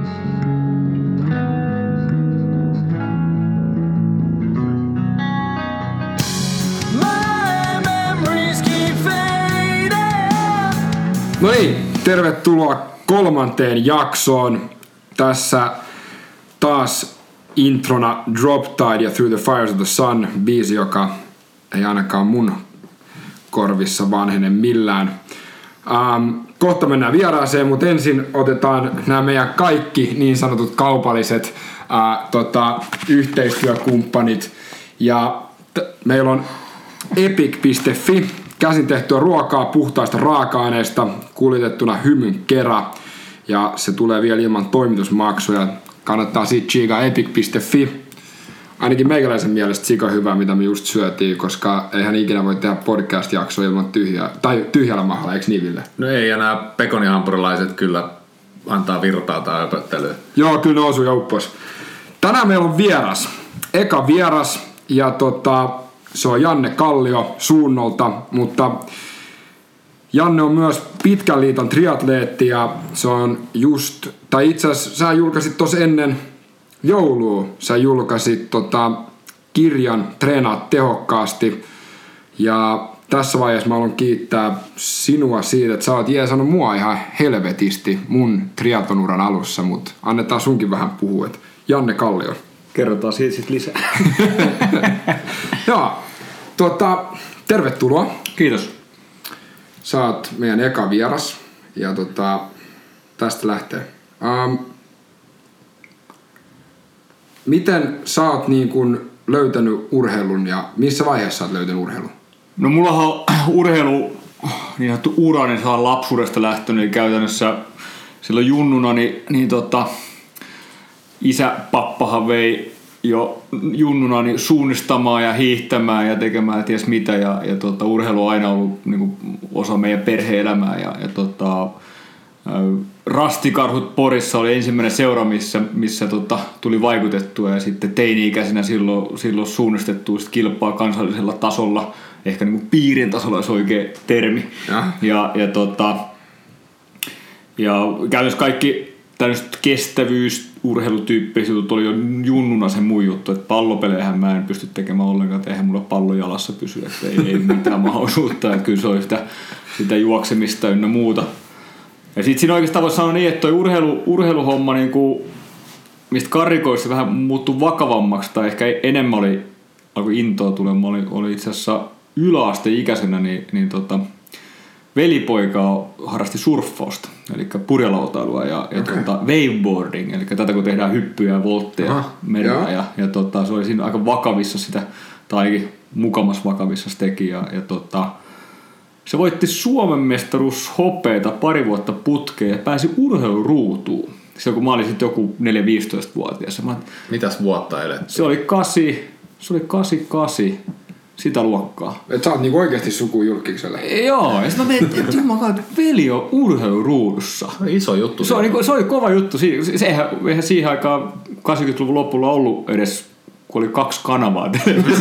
No niin, tervetuloa 3. jaksoon. Tässä taas introna Drop Tide ja Through the Fires of the Sun, biisi, joka ei ainakaan mun korvissa vanhene millään. Kohta mennään vieraaseen, mutta ensin otetaan nämä meidän kaikki niin sanotut kaupalliset yhteistyökumppanit. Ja meillä on epic.fi, käsin tehtyä ruokaa puhtaista raaka-aineista, kuljetettuna hymyn kera. Ja se tulee vielä ilman toimitusmaksuja. Kannattaa siitä tsiikaa epic.fi. Ainakin meikäläisen mielestä sika hyvä, mitä me just syötiin, koska eihän ikinä voi tehdä podcast-jaksoa ilman tyhjällä mahalla, eikö niin, Ville? No ei, ja nämä pekonihampurilaiset kyllä antaa virtaa tai öpöttelyä. Joo, kyllä ne osuu jouppos. Tänään meillä on vieras, eka vieras, ja se on Janne Kallio Suunnolta, mutta Janne on myös pitkän liiton triatleetti, ja se on just, tai itse asiassa sä julkaisit tossa ennen joulua, sä julkaisit kirjan Treenaa tehokkaasti, ja tässä vaiheessa mä haluan kiittää sinua siitä, että sä oot jeesannut mua ihan helvetisti mun triatlonuran alussa, mutta annetaan sunkin vähän puhua, että Janne Kallio. Kerrotaan siitä sit lisää. Joo, tervetuloa. Kiitos. Sä oot meidän eka vieras, ja tästä lähtee. Miten sä oot niin kun löytänyt urheilun ja missä vaiheessa sä oot löytänyt urheilun? No mullahan on urheilu, niin sanottu ura, niin saa lapsuudesta lähtönyt, eli käytännössä silloin junnuna, isä, pappahan vei jo junnuna niin suunnistamaan ja hiihtämään ja tekemään ja ties mitä, ja urheilu on aina ollut niin kuin osa meidän perhe-elämää, Rastikarhut Porissa oli ensimmäinen seura, missä tuli vaikutettua, ja sitten teini-ikäisenä silloin suunnistettua kilpaa kansallisella tasolla, ehkä niin kuin piirin tasolla olisi oikea termi. Ja käytännössä kaikki tällaiset kestävyysurheilutyyppiset jutut oli jo junnuna se mun juttu, että pallopelejähän mä en pysty tekemään ollenkaan, että eihän mulla pallo jalassa pysy, että ei mitään mahdollisuutta, että kyllä se oli sitä juoksemista ynnä muuta. Ja sitten siinä oikeastaan voisi sanoa niin, että toi urheiluhomma, niin mistä karrikoista vähän muuttui vakavammaksi, tai ehkä enemmän alkoi intoa tulemaan, oli itse asiassa yläasteikäisenä, velipoika harrasti surffausta, eli purjelautailua ja waveboarding, eli tätä kun tehdään hyppyjä ja voltteja merellä, ja se oli siinä aika vakavissa sitä, tai mukamas vakavissa se teki, se voitti Suomen mestaruushopeita pari vuotta putkeen ja pääsi urheiluruutuun. Silloin kun mä olin sitten joku 4-15-vuotias. Mitäs vuotta elettiin? Se oli 88, sitä luokkaa. Et sä oot niinku oikeesti suku Julkikselle. Joo, ja sitten mä mietin, että veli on urheiluruudussa. Iso juttu. Se oli kova juttu. Eihän siihen aikaan 80-luvun lopulla ollut edes, kun oli 2 kanavaa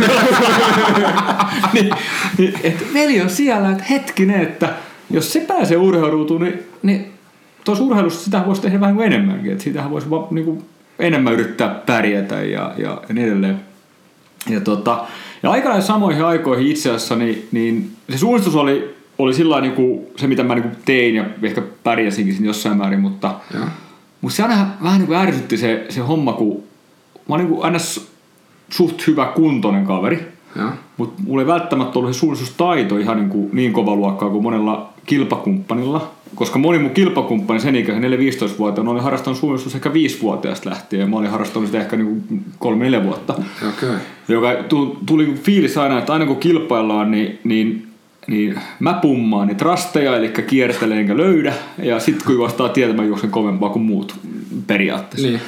että veli on siellä, että hetkinen, että jos se pääsee urheiluruutuun, niin tuossa urheilussa sitä voisi tehdä vähän enemmänkin, että siitähän voisi niin enemmän yrittää pärjätä ja niin edelleen. Ja aikanaan samoihin aikoihin itse asiassa, niin se suunnistus oli sillä niin kuin se, mitä mä niin tein ja ehkä pärjäsinkin jossain määrin, mutta se aina vähän niin kuin ärsytti se homma, kun mä olin niin aina suht hyvä kuntoinen kaveri, mutta mulla ei välttämättä ollut se suunnistustaito ihan niin kova luokkaa kuin monella kilpakumppanilla, koska moni mun kilpakumppani sen ikäisen 4-15-vuotiaana oli harrastanut suunnistusta ehkä 5-vuotiaasta lähtien, ja mä olin harrastanut sitä ehkä 3-4 vuotta. Okay. Joka tuli fiilis aina, että aina kun kilpaillaan, niin mä pummaan niitä rasteja, eli kiertelen enkä löydä, ja sitten kun vastaa tietä, mä juoksen kovempaa kuin muut periaatteessa. Niin.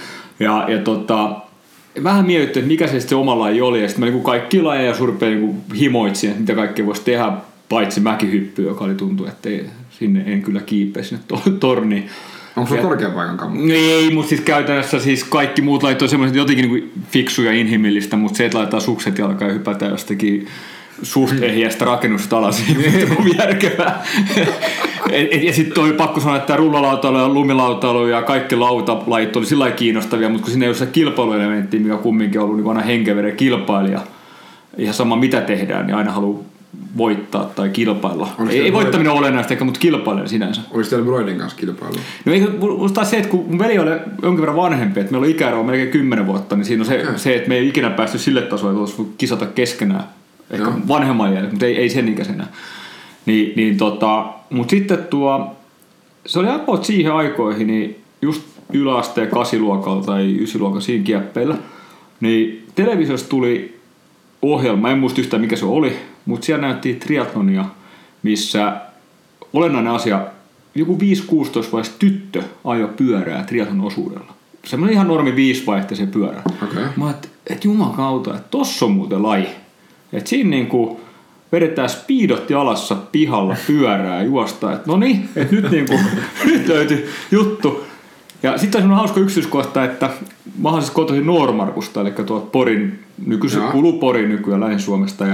Vähän mietittiin, että mikä se oma laji oli, ja sitten mä kaikki lajeja surpein himoitsin, että mitä kaikkea voisi tehdä, paitsi mäkihyppy, joka oli tuntuu, että sinne en kyllä kiipeä sinne torniin. Onko sulla korkean paikan kammo? Ei, mutta siis käytännössä siis kaikki muut lajit on semmoiset jotenkin niin fiksuja ja inhimillistä, mutta se, että laitetaan sukset jalkaan ja hypätään jostakin suht ehjästä rakennusta alas, on järkevää. Ja sitten toi pakko sanoa, että rullalautailu ja lumilautailu ja kaikki lautalajit oli sillä lailla kiinnostavia, mutta kun siinä ei ole se kilpailuelementti, mikä kumminkin on ollut niin aina henkeveren kilpailija, ihan sama mitä tehdään, niin aina haluaa voittaa tai kilpailla. Ei voittaminen ole olennaista eikä, mutta kilpailla sinänsä. Oliko teillä Broidin kanssa kilpailu? No eikö musta se, että kun mun veli oli jonkin verran vanhempi, että meillä on ikäero melkein 10 vuotta, niin siinä on se että me ei ikinä päästy sille tasolle, että olisi kisata keskenään. Ehkä vanhemman jälkeen, mutta ei sen ikäisenä. Mutta sitten se oli about siihen aikoihin, niin just yläasteen 8-luokalla tai 9-luokalla siinä kieppeillä, niin televisiossa tuli ohjelma, en muista yhtään mikä se oli, mutta siellä näyttiin triathlonia, missä olennainen asia, joku 5-16-vuotias tyttö ajoi pyörää triathlon osuudella. Semmoinen ihan normi 5-vaihteisen pyörä. Okay. Mä ajattelin, että jumakauta, että tossa on muuten laji. Että siinä niinku vedetään speedot jalassa pihalla pyörää ja juostaa, että no niin, että nyt, nyt löytyi juttu. Ja sitten on semmoinen hauska yksityiskohta, että mä oon siis kotoisin Noormarkusta, eli tuolta Porin, kuuluu Porin nykyään Länsi-Suomesta.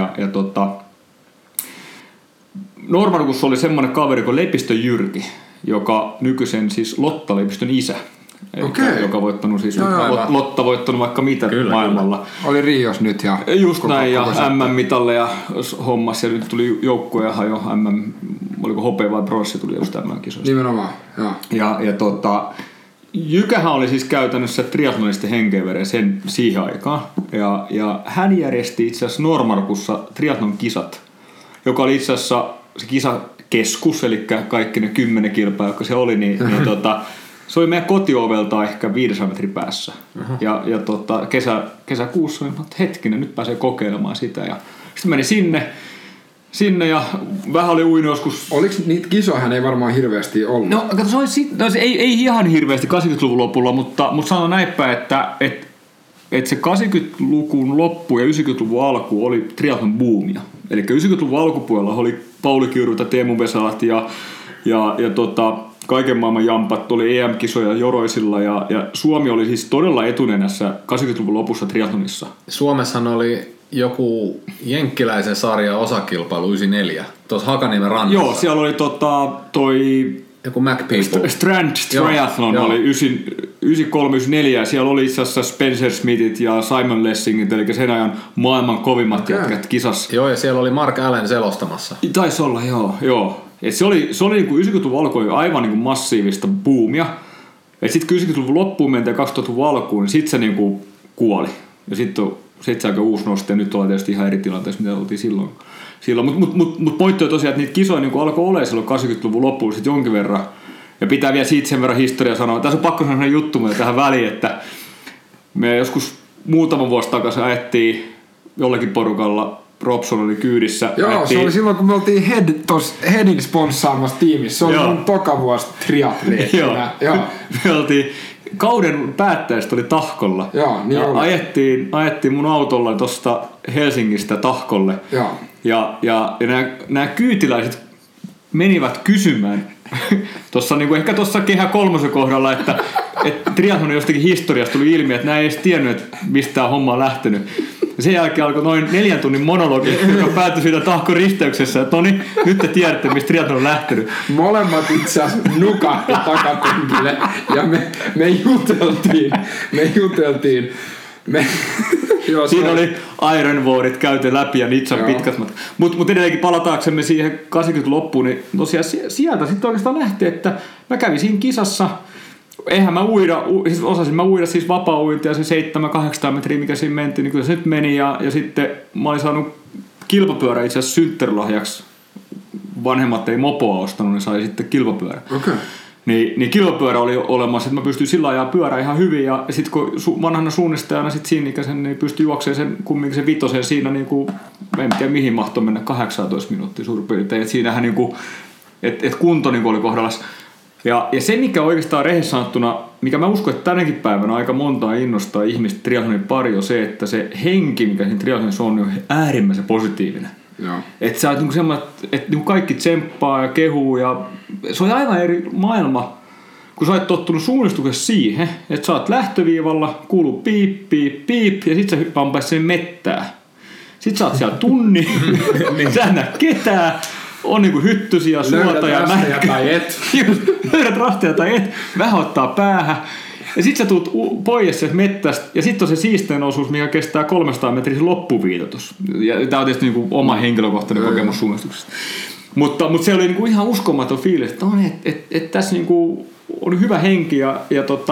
Noormarkussa oli semmoinen kaveri kuin Lepistö Jyrki, joka nykyisen siis Lotta Lepistön isä. Okay. Joka voittanut siis Lotta voittanut vaikka mitä maailmalla. Kyllä. Oli Rios nyt ja just näin ja MM-mitalle ja hommas ja nyt tuli joukkoja ja jo oliko hopea vai bronssi tuli just MM-kisoista. Nimenomaan, joo. Ja Jykähän oli siis käytännössä triathlonisten hengenveren siihen aikaan. Ja hän järjesti itse asiassa Noormarkussa triathlon kisat, joka oli itse asiassa se kisakeskus, eli kaikki ne 10 kilpaa, jotka se oli, se oli meidän kotiovelta ehkä 500 metrin päässä. Ja kesäkuussa oli, että hetkinen, nyt pääsee kokeilemaan sitä. Ja sitten meni sinne ja vähän oli uinut joskus. Oliko niitä kisoja ei varmaan hirveästi ollut? No se ei ihan hirveästi 80-luvun lopulla, mutta sanon näinpä, että se 80-luvun loppu ja 90-luvun alku oli triathlon boomia. Eli 90-luvun alkupuolella oli Pauli Kiurut ja Teemu Vesalat ja kaiken maailman jampat, oli EM-kisoja Joroisilla ja Suomi oli siis todella etunenässä 80-luvun lopussa triathlonissa. Suomessahan oli joku jenkkiläisen sarja osakilpailu 94, tuossa Hakaniemen rannassa. Joo, siellä oli toi joku McPeople. Strand Triathlon oli 93-94 ja siellä oli itse asiassa Spencer Smithit ja Simon Lessingit, eli sen ajan maailman kovimmat jätkät kisas. Joo, ja siellä oli Mark Allen selostamassa. Taisi olla, joo. Et se oli niin kuin 90-luvun alkuun aivan niin kuin massiivista boomia. Et sitten 90-luvun loppuun mentiin 2000-luvun alkuun, niin sitten se niin kuin kuoli. Ja sitten se aika uusi nosti ja nyt ollaan tietysti ihan eri tilanteessa, mitä oltiin silloin. Mutta pointti on tosiaan, että niitä kisoja niin alkoi olemaan silloin 80-luvun loppuun sitten jonkin verran. Ja pitää vielä siitä sen verran historiaa sanoa. Tässä on pakko sanoa juttu tähän väliin, että me joskus muutama vuosi takaisin ajettiin jollakin porukalla. Robson oli kyydissä. Joo, se oli silloin, kun me oltiin Headin sponssaamassa tiimissä. Se oli mun toka vuosi triatleettina. Joo. Me oltiin kauden päättäjästä oli Tahkolla. Joo, niin ja ajettiin mun autolla tuosta Helsingistä Tahkolle. Joo. Ja nämä kyytiläiset menivät kysymään tuossa niinku ehkä tuossa Kehä 3 kohdalla, että triathlonin jostakin historiasta tuli ilmi, että nämä ei edes tiennyt, että mistä tämä homma on lähtenyt. Ja sen jälkeen alkoi noin 4 tunnin monologi, joka päättyi siitä Tahkon risteyksessä, että no niin, nyt te tiedätte, mistä triathlon on lähtenyt. Molemmat itse asiassa nukahti takapenkille ja me juteltiin. Siinä oli Ironwardit käyty läpi ja Nitsan pitkät matkat. Mutta edelleenkin palataaksemme siihen 80 loppuun, niin tosiaan sieltä sitten oikeastaan lähti, että mä kävin siinä kisassa. Eihän mä osasin mä uida siis vapaa-uintia se 700-800 metriä, mikä siinä mentiin, niin kyllä se nyt meni. Ja sitten mä olin saanut kilpapyörä itse asiassa synttärilahjaksi. Vanhemmat ei mopoa ostanut, niin sai sitten kilpapyörä. Okay. Niin kilpapyörä oli olemassa, että mä pystyin sillä ajaa pyörää ihan hyvin. Ja sitten kun vanhana suunnistajana sit siinä ikäisen, niin pystyi juoksemaan sen kumminkin sen vitosen siinä, niin kuin, en tiedä mihin mahtoi mennä 18 minuuttia suurin piirtein. Että siinähän niin kuin, et kunto niin kuin oli kohdallaan. Ja se, mikä oikeastaan rehellisesti sanottuna, mikä mä uskon, että tänäkin päivänä aika montaa innostaa ihmistä triathlonin pari, on se, että se henki, mikä siinä triathlonissa on äärimmäisen positiivinen. Että sä oot niinku semmoinen, että niinku kaikki tsemppaa ja kehuu ja se on aivan eri maailma, kun sä oot tottunut suunnistuksessa siihen, että sä oot lähtöviivalla, kuuluu piip, piip, piip ja sit sä hyppään sinne mettää. Sit sä oot siellä tunnin, sä et näe ketään, on niinku hyttysiä, suota ja rasteja tai et. Löydät rasteja tai et, vähän ottaa päähän. Ja sit sä tuut pois sieltä mettästä, ja sit on se siistein osuus, mikä kestää 300 metrin loppuviitotus. Ja tää on tietysti niinku oma henkilökohtainen kokemus suunnistuksesta. Mutta se oli niinku ihan uskomaton fiilis, että tässä niinku on hyvä henki. Ja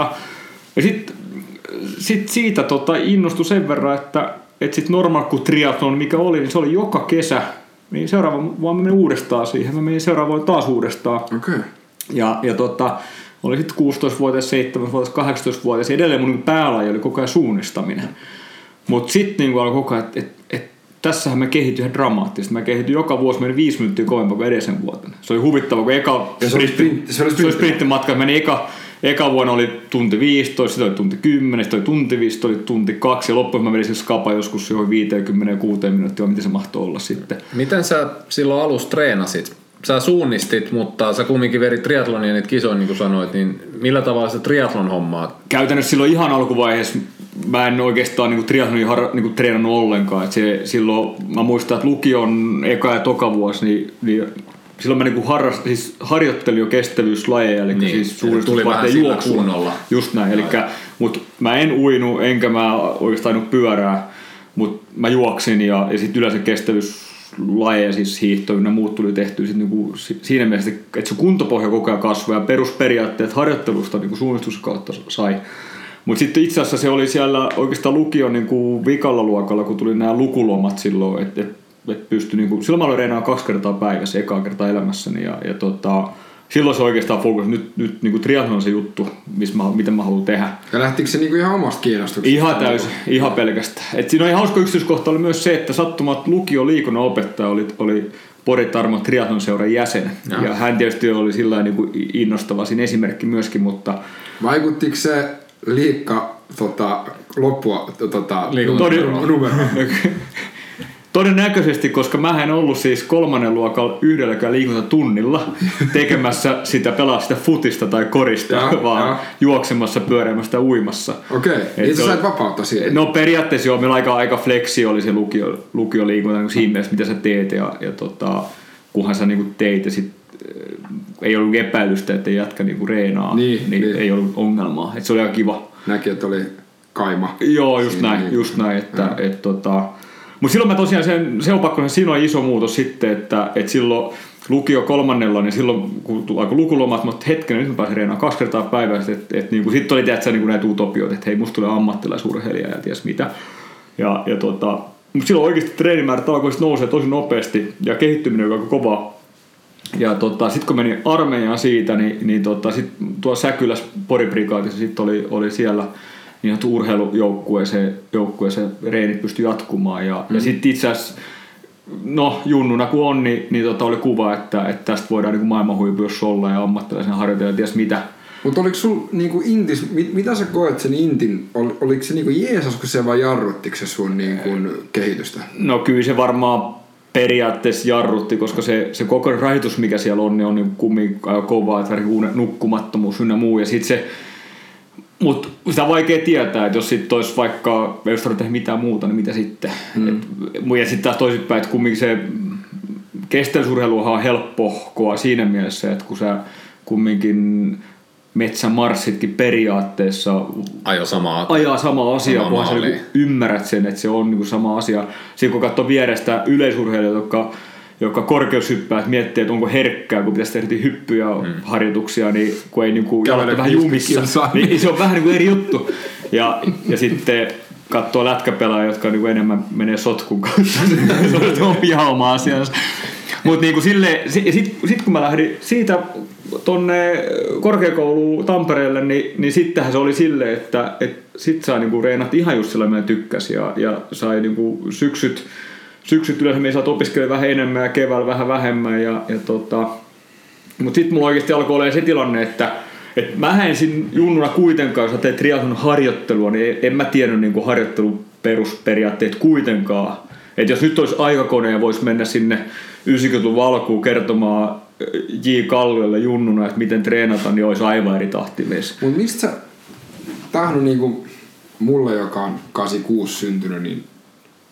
sit siitä innostui sen verran, että sit normaal kuin triathlon mikä oli, niin se oli joka kesä. Niin seuraava vaan mä menin uudestaan siihen. Mä menin seuraavaan taas uudestaan. Okay. Ja oli sitten 16-vuotias, 17-vuotias, 18-vuotias. Edelleen mun päälaji oli koko ajan suunnistaminen. Mutta sitten niinku alkoi koko ajan, että tässähän mä kehityin ihan dramaattisesti. Mä kehityin joka vuosi, meni 5 minuuttia kovempaa kuin edellisen vuotena. Se oli huvittava, kun se oli sprinttimatka. Eka vuonna oli tunti 15, sitten oli tunti 10, sitten oli tunti 5, sitten oli tunti 2 ja loppuun mä menin se skapa joskus jo 56 minuuttia, vai miten se mahtoi olla sitten. Miten sä silloin alussa treenasit? Sä suunnistit, mutta sä kumminkin verit triathlonia niitä kisoja, niin kuin sanoit, niin millä tavalla se triathlon hommaa? Käytännössä silloin ihan alkuvaiheessa mä en oikeastaan niin triathlonia niin treenannut ollenkaan. Et silloin mä muistan, että lukion eka ja toka vuosi, niin silloin mä niin harjoittelin jo kestävyyslajeja, eli niin, siis suunnistusvaihteen juoksua. Just näin, mutta mä en uinu, enkä mä oikeastaan ajanut pyörää, mutta mä juoksin ja sitten yleensä kestävyyslajeja, siis hiihto ja muut tuli tehtyä sit niinku siinä mielessä, että se kuntopohja koko ajan kasvoi ja perusperiaatteet harjoittelusta niinku suunnistuksen kautta sai. Mutta sitten itse asiassa se oli siellä oikeastaan lukion niinku vikalla luokalla, kun tuli nämä lukulomat silloin, että pystyi niinku, silloin mä olin reenaa 2 kertaa päivässä, ekaa kertaa elämässäni ja silloin se oikeastaan fokus, nyt niinku triathlon on se juttu, miten mä haluan tehdä. Ja lähtikö se niinku ihan omasta kiinnostuksesta? Ihan täysin, ihan pelkästään. Et siinä on ihan hauska yksityiskohta oli myös se, että sattumat lukio liikunnan opettaja oli Pori Tarmo triathlon seuran jäsen. Ja hän tietysti oli sillä niinku innostava siinä esimerkki myöskin, mutta vaikuttiko se liikka loppua numero? Todennäköisesti, koska mä en ollut siis 3. luokalla yhdelläkään liikuntatunnilla tekemässä sitä, pelaa sitä futista tai korista, vaan juoksemassa, pyöreämässä uimassa. Okei, niin sä sait vapautta siihen? No periaatteessa joo, meillä aika flexi oli se lukioliikunta niin siinä mielessä, mitä sä teet ja kunhan sä niinku teit ja sit ei ollut epäilystä, että jatka niinku reenaa, niin ei ollut ongelmaa. Et se oli ihan kiva. Näki, että oli kaima. Joo, just näin, mutta silloin mä tosiaan se on pakko, siinä on iso muutos sitten, että silloin lukio 3. niin silloin kun alkoi lukulomat, mutta hetken nyt mä pääsin reenaan 2 kertaa päivässä, että niinku, sitten oli tietysti niinku näitä utopioita, että hei musta tulee ammattilaisurheilija ja ties mitä. Mutta silloin oikeasti treenimäärät alkoi nousee tosi nopeasti ja kehittyminen oli aika kovaa. Ja sitten kun menin armeijaan siitä, niin sit tuolla Säkylässä Pori-prikaatissa sitten oli siellä niin urheilujoukkueeseen reenit pystyi jatkumaan ja sitten itse asiassa junnuna kun on, niin oli kuva, että tästä voidaan niin maailmanhuipu jos olla ja ammattilaisen harjoitella ja ties mitä. Mutta oliko sul niinku intis, mitä sä koet sen intin, oliko se niinku Jeesus, kun se vai jarruttiko se sun niinku kehitystä? No kyllä se varmaan periaatteessa jarrutti, koska se koko rahoitus mikä siellä on, niin on niin kummin aika kovaa, että nukkumattomuus ynnä muu ja sitten se. Mutta sitä on vaikea tietää, että jos sitten olisi vaikka, jos tarvitse tehdä mitään muuta, niin mitä sitten. Ja sitten taas toisinpäin, että kumminkin se kestävyysurheiluhan on helppoa siinä mielessä, että kun sä kumminkin metsämarssitkin periaatteessa ajaa sama asia, kunhan sä ymmärrät sen, että se on niinku sama asia. Siinä kun katsoo vierestä yleisurheilijoita, jotka korkeushyppäät miettii, että onko herkkää, kun pitäisi tehdä hyppyjä harjoituksia, niin kun ei niinku jalat vähän jumissa, niin se on vähän niinku eri juttu. Ja sitten katsoo lätkäpelaajia, jotka niinku enemmän menee sotkun kautta. Se on ihan oma asiansa. Mutta niinku sit kun mä lähdin siitä tonne korkeakouluun Tampereelle, niin sittenhän se oli silleen, että sit sai niinku reenat ihan just sillä, mitä tykkäsi. Ja sai niinku syksyt yleensä me saat opiskella vähän enemmän ja keväällä vähän vähemmän. Mutta sitten mulla oikeasti alkoi olemaan se tilanne, että mä en siinä junnuna kuitenkaan, jos sä teet triathlon harjoittelua, niin en mä tiennyt niinku harjoittelun perusperiaatteet kuitenkaan. Että jos nyt olisi aikakone ja voisi mennä sinne 90-luvun alkuun kertomaan J. Kalliolle junnuna, että miten treenata, niin olisi aivan eri tahtimies. Mutta mistä sä, tämähän on niinku mulle, joka on 86 syntynyt, niin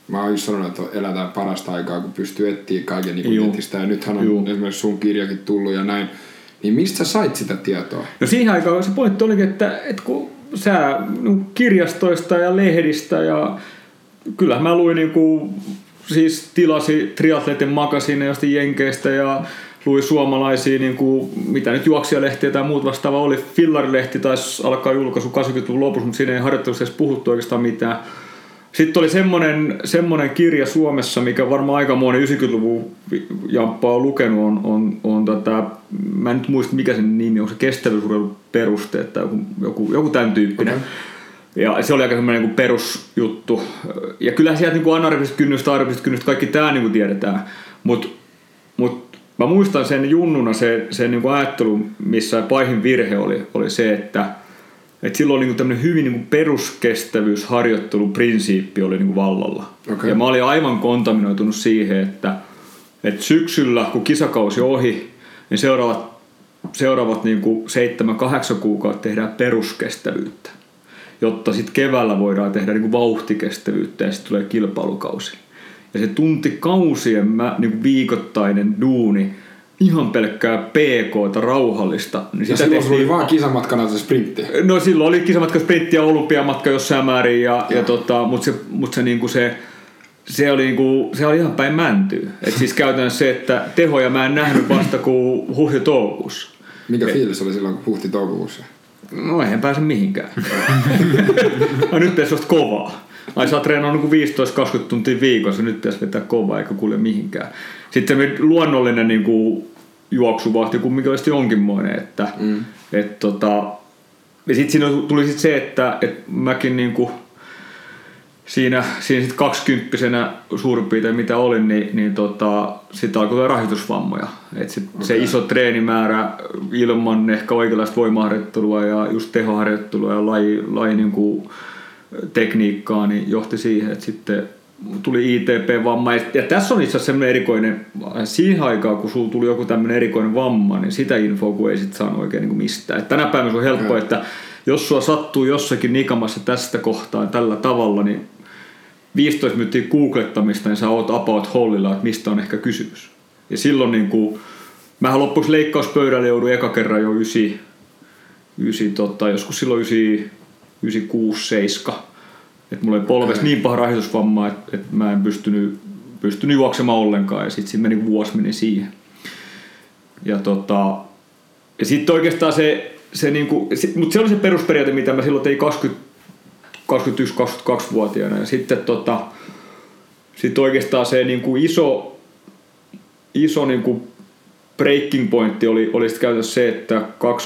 mä oon just sanonut, että elätään parasta aikaa, kun pystyy etsiä kaiken niin netistä. Ja nythän on esimerkiksi sun kirjakin tullut ja näin. Niin mistä sä sait sitä tietoa? No siihen aikaan se pointti olikin, että kun sä kirjastoista ja lehdistä ja kyllä mä luin siis tilasi triatletin magasiineja jostain Jenkeistä ja luin suomalaisia, mitä nyt juoksijalehtiä tai muut vastaavaa oli. Fillarilehti taisi alkaa julkaisu 80-luvun lopussa, mutta siinä ei harjoittelussa edes puhuttu oikeastaan mitään. Sitten oli semmoinen kirja Suomessa, mikä varmaan aikamoinen 90-luvun jamppa on lukenut, on mä en nyt muista mikä sen nimi on, se kestävyysurheilun perusteet tai joku tämän tyyppinen. Okay. Ja se oli aika semmoinen perusjuttu. Ja kyllähän sieltä anaerobiset kynnykset, aerobiset kynnykset, kaikki tämä tiedetään. Mut mä muistan sen junnuna se ajattelu, missä pahin virhe oli se, että silloin oli tämmöinen hyvin peruskestävyysharjoitteluprinsiippi oli vallalla. Okay. Ja mä olin aivan kontaminoitunut siihen, että syksyllä, kun kisakausi ohi, niin seuraavat 7-8 kuukautta tehdään peruskestävyyttä, jotta sitten keväällä voidaan tehdä vauhtikestävyyttä ja sitten tulee kilpailukausi. Ja se tuntikausien viikoittainen duuni, ihan pelkkää PK:ta rauhallista. Niin ja silloin oli vaan kisamatkana se sprintti. No silloin oli kisamatka, sprintti ja olympiamatka jossain määrin, mutta se oli ihan päin mäntyä. Et siis käytännössä se, että tehoja mä en nähnyt vasta kuin huhti-toukokuussa. Mikä fiilis oli silloin huhti-toukokuussa? No eihän pääse mihinkään. No, nyt pitäisi olla kovaa. Ai sä treenaa 15-20 tuntia viikossa, nyt pitäisi vetää kovaa eikä kuule mihinkään. Sitten se luonnollinen juoksuvahti kumminkin olisi jonkinmoinen. Ja sitten siinä tuli se, että mäkin siinä sit 20-vuotiaana suurin piirtein mitä olin, sitten alkoi tulla rahoitusvammoja. Se iso treenimäärä ilman ehkä oikeanlaista voimaharjoittelua ja just tehoharjoittelua ja laji tekniikkaa niin johti siihen, että sitten tuli ITP-vamma. Ja tässä on itse asiassa semmoinen erikoinen, siihen aikaan kun sulla tuli joku tämmöinen erikoinen vamma, niin sitä infoa kun ei sitten saanut oikein mistään. Et tänä päivänä se on helppoa, että jos sua sattuu jossakin nikamassa tästä kohtaa tällä tavalla, niin 15 minuuttia googlettamista, niin sä oot about hollilla, että mistä on ehkä kysymys. Ja silloin mähän loppuksi leikkauspöydälle jouduin eka kerran jo joskus silloin 96-7. Että mulla oli polvessa niin paha rahoitusvamma, että mä en pystynyt juoksemaan ollenkaan ja sitten meni vuosi meni siihen. Ja sitten oikeastaan mutta se oli se perusperiaate, mitä mä silloin tein 21-22-vuotiaana ja sitten sit oikeastaan se iso breaking pointti oli sitten käytännössä se, että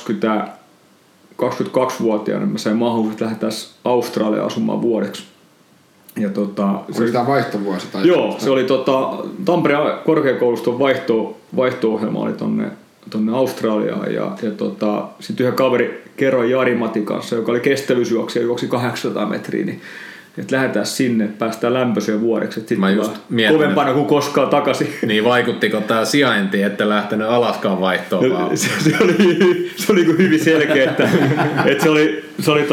22-vuotiaana mä sain mahdollisuus lähteä Australiaan asumaan vuodeksi. Ja oli tämä vaihtovuosi? Tai joo, se oli Tampereen korkeakouluston vaihto-ohjelma oli tonne Australiaan ja sitten yhden kaveri kerroin Jari-Matin kanssa, joka oli kestävyysjuoksija, juoksi 800 metriä, niin että lähdetään sinne, että päästään lämpöiseen vuodeksi, että sitten kovempana kuin koskaan takaisin. Niin vaikuttiko tämä sijainti, että lähtenyt Alaskaan vaihtoon? No, se oli hyvin selkeä, että se oli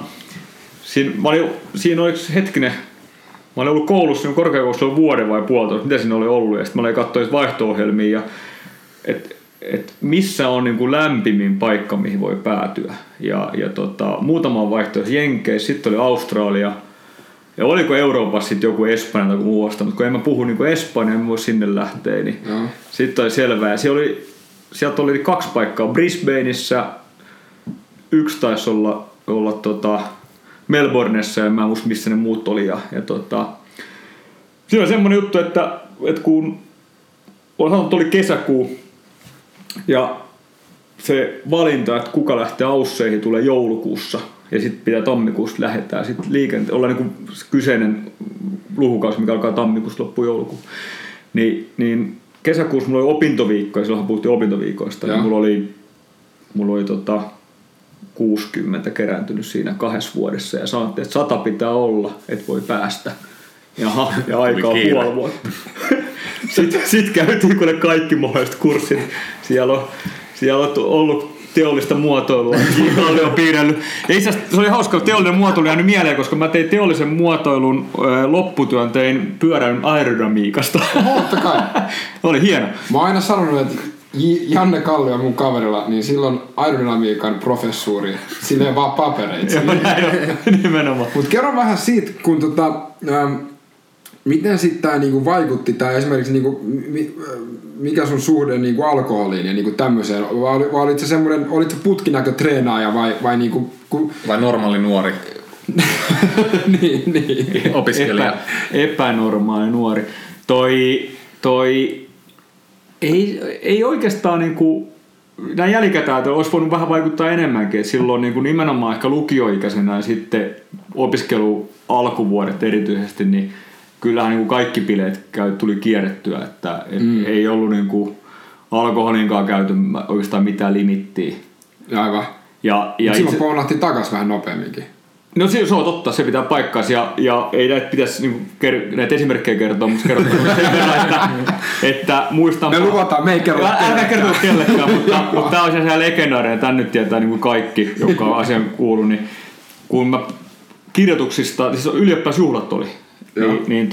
siinä oli hetkinen, mä olin ollut koulussa korkeakoulussa vuoden vai puolitoista, mitä siinä oli ollut, ja sitten mä olin katsoin vaihto-ohjelmia, ja että missä on lämpimin paikka, mihin voi päätyä. Ja muutama vaihtoehto Jenkeissä, sitten oli Australia, ja oliko Euroopassa sitten joku Espanja tai muusta, mutta kun en mä puhu Espanjaa, en voi sinne lähteä, niin sitten oli selvää. Ja sieltä oli 2 paikkaa Brisbaneissa, yksi taisi olla Melbourneessa, ja mä en muista missä ne muut oli. Siinä on semmoinen juttu, että kun oli kesäkuu, ja se valinta, että kuka lähtee Ausseihin, tulee joulukuussa ja sitten pitää tammikuussa lähetään. Sitten olla kyseinen lukukausi, mikä alkaa tammikuussa loppuu joulukuun. Niin kesäkuussa mulla oli opintoviikko, ja silloinhan puhuttiin opintoviikoista. Ja mulla oli 60 kerääntynyt siinä 2 vuodessa ja sanottiin, että 100 pitää olla, että voi päästä. Jaha, ja aikaa on puoli vuotta. Sitten käytiin kun ne kaikki mahdolliset kurssit. Siellä on ollut teollista muotoilua. Kallio on piirrellyt. Se oli hauska, teollinen muotoilu jäänyt mieleen, koska mä tein teollisen muotoilun lopputyön, tein pyöräilyn aerodynamiikasta. Totta kai. Oli hieno. Mä oon aina sanonut, että Janne Kallio mun kaverilla, niin silloin aerodynamiikan professuuri, silleen vaan papereita. Nimenomaan. Mut kerro vähän siitä, kun miten sitten tää niinku vaikutti tää esimerkiksi niinku, mikä sun suhde niinku alkoholiin ja niinku tämmöiseen, vai olit se semmoinen, olit se putkinäkötreenaaja vai niinku vai normaali nuori niin. opiskelija epänormaali nuori. Toi ei oikeastaan niinku näin jälkikäteen olisi voinut vähän vaikuttaa enemmänkin, että silloin niinku nimenomaan ehkä lukioikäisenä ja sitten opiskelu alkuvuodet erityisesti, niin kyllähän niinku kaikki bileet tuli kierrettyä, että ei ollut niinku alkoholinkaan käyty oikeastaan mitään limittiä. Aivan. Ja silloin pounahti takas vähän nopeamminkin. No se on totta, se pitää paikkaansa ja ei näitä pitäisi niinku näitä esimerkkejä kertoa, mutta kerrotaan sen verran, että muistan... Me luvataan, me ei kerro älkää kertoa kellekään, mutta tämä on ihan legendaarinen, tämän nyt tietää niinku kaikki, jotka on asian kuullut, niin kun mä kirjoituksista, siis ylioppilasjuhlat oli, niin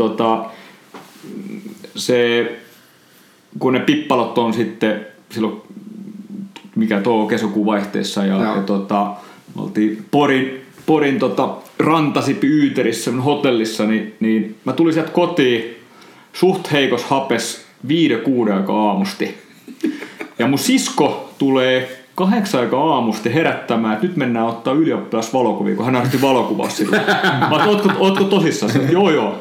se, kun ne pippalot on sitten silloin, mikä tuo kesäkuun vaihteessa ja me oltiin Porin Rantasipi Yyterissä hotellissa, niin mä tulin sieltä kotiin suht heikos hapes 5-6 aikaa aamusti. Ja mun sisko tulee 8 aikaa aamusti herättämään, että nyt mennään ottaa ylioppilasvalokuvia, kun hän harrasti valokuvaa sille. Mä ootko tosissaan? Joo.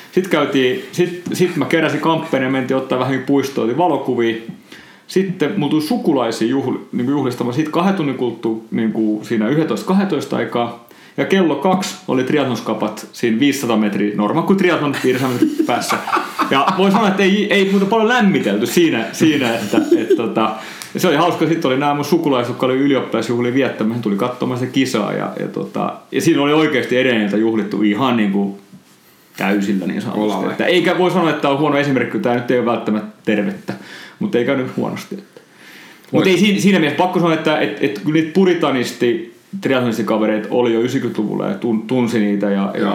Sitten mä keräsin kamppeen ja mentiin ottaa vähän puistoa valokuvia. Sitten mulla tuli sukulaisia juhlistamaan. Sitten 2 tunnin kuluttua niin siinä 11-12 aikaa. Ja kello 2 oli triathlonskapat siinä 500 metriä, normaali kuin triathlon 500 metriä päässä. Ja voi sanoa, että ei muuta paljon lämmitelty siinä että se oli hauska. Sitten oli nämä mun sukulaiset, jotka oli ylioppilasjuhlia viettämään. He tuli katsomaan sitä kisaa. Ja siinä oli oikeasti edelleen juhlittu ihan niin kuin täysillä niin sanotusti. Että eikä voi sanoa, että tämä on huono esimerkki, tämä nyt ei ole välttämättä tervettä. Mutta ei käynyt huonosti. Mutta ei siinä mielessä pakko sanoa, että kyllä niitä puritanisti triathlonistikavereita oli jo 90-luvulla ja tunsi niitä.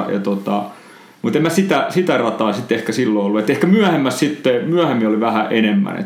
Mutta en mä sitä rataa sitten ehkä silloin ollut. Et ehkä myöhemmin oli vähän enemmän.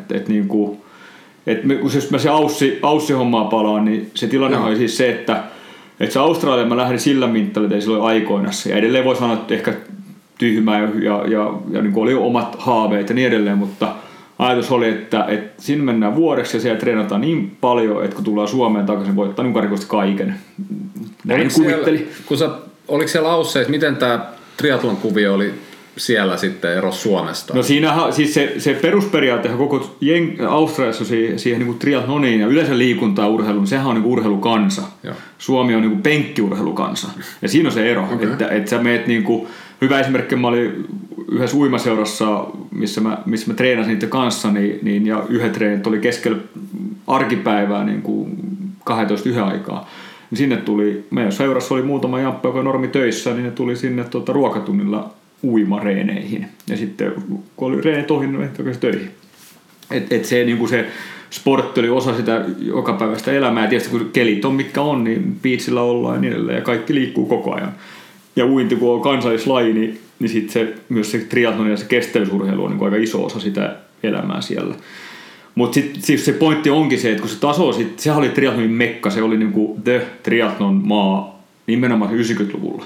Jos mä se Aussi-hommaa palaan, niin se tilanne oli siis se, että se Australia mä lähdin sillä mittarilla, ei silloin aikoinassa. Ja edelleen voi sanoa, että ehkä tyhmää ja niin oli omat haaveet ja niin edelleen, mutta ajatus oli, että sinne mennään vuodeksi ja siellä treenataan niin paljon, että kun tullaan Suomeen takaisin, voittaa niin karikoisesti kaiken. Näin kuvitteli. Oliko siellä Ausseissa, miten tämä triathlon kuvio oli siellä sitten eros Suomesta? No siinähän, siis se perusperiaate koko Australiassa siihen niin kuin triathloniin ja yleensä liikuntaa ja urheiluun, sehän on niin kuin urheilukansa. Joo. Suomi on niin kuin penkkiurheilukansa. Ja siinä on se ero, että sä meet niin kuin, hyvä esimerkki, mä olin yhdessä uimaseurassa, missä mä treenasin niiden kanssa, ja yhdet treenit oli keskellä arkipäivää niin kuin 12-1 aikaa. Niin sinne tuli, meidän seurassa oli muutama jamppa, joka on normi töissä, niin ne tuli sinne ruokatunnilla uimareeneihin. Ja sitten kun oli reenit ohi, niin takaisin töihin. Et se, niin kuin se sportti oli osa sitä jokapäiväistä elämää. Ja tietysti kun kelit on mitkä on, niin beachillä ollaan ja niin edelleen. Ja kaikki liikkuu koko ajan. Ja uinti, kun on kansallislaji, niin sitten se, myös se triathlon ja se kestävyysurheilu on niin kuin aika iso osa sitä elämää siellä. Mutta sitten se pointti onkin se, että kun se taso, sehän oli triathlonin mekka, se oli niin kuin the triathlon maa nimenomaan 90-luvulla.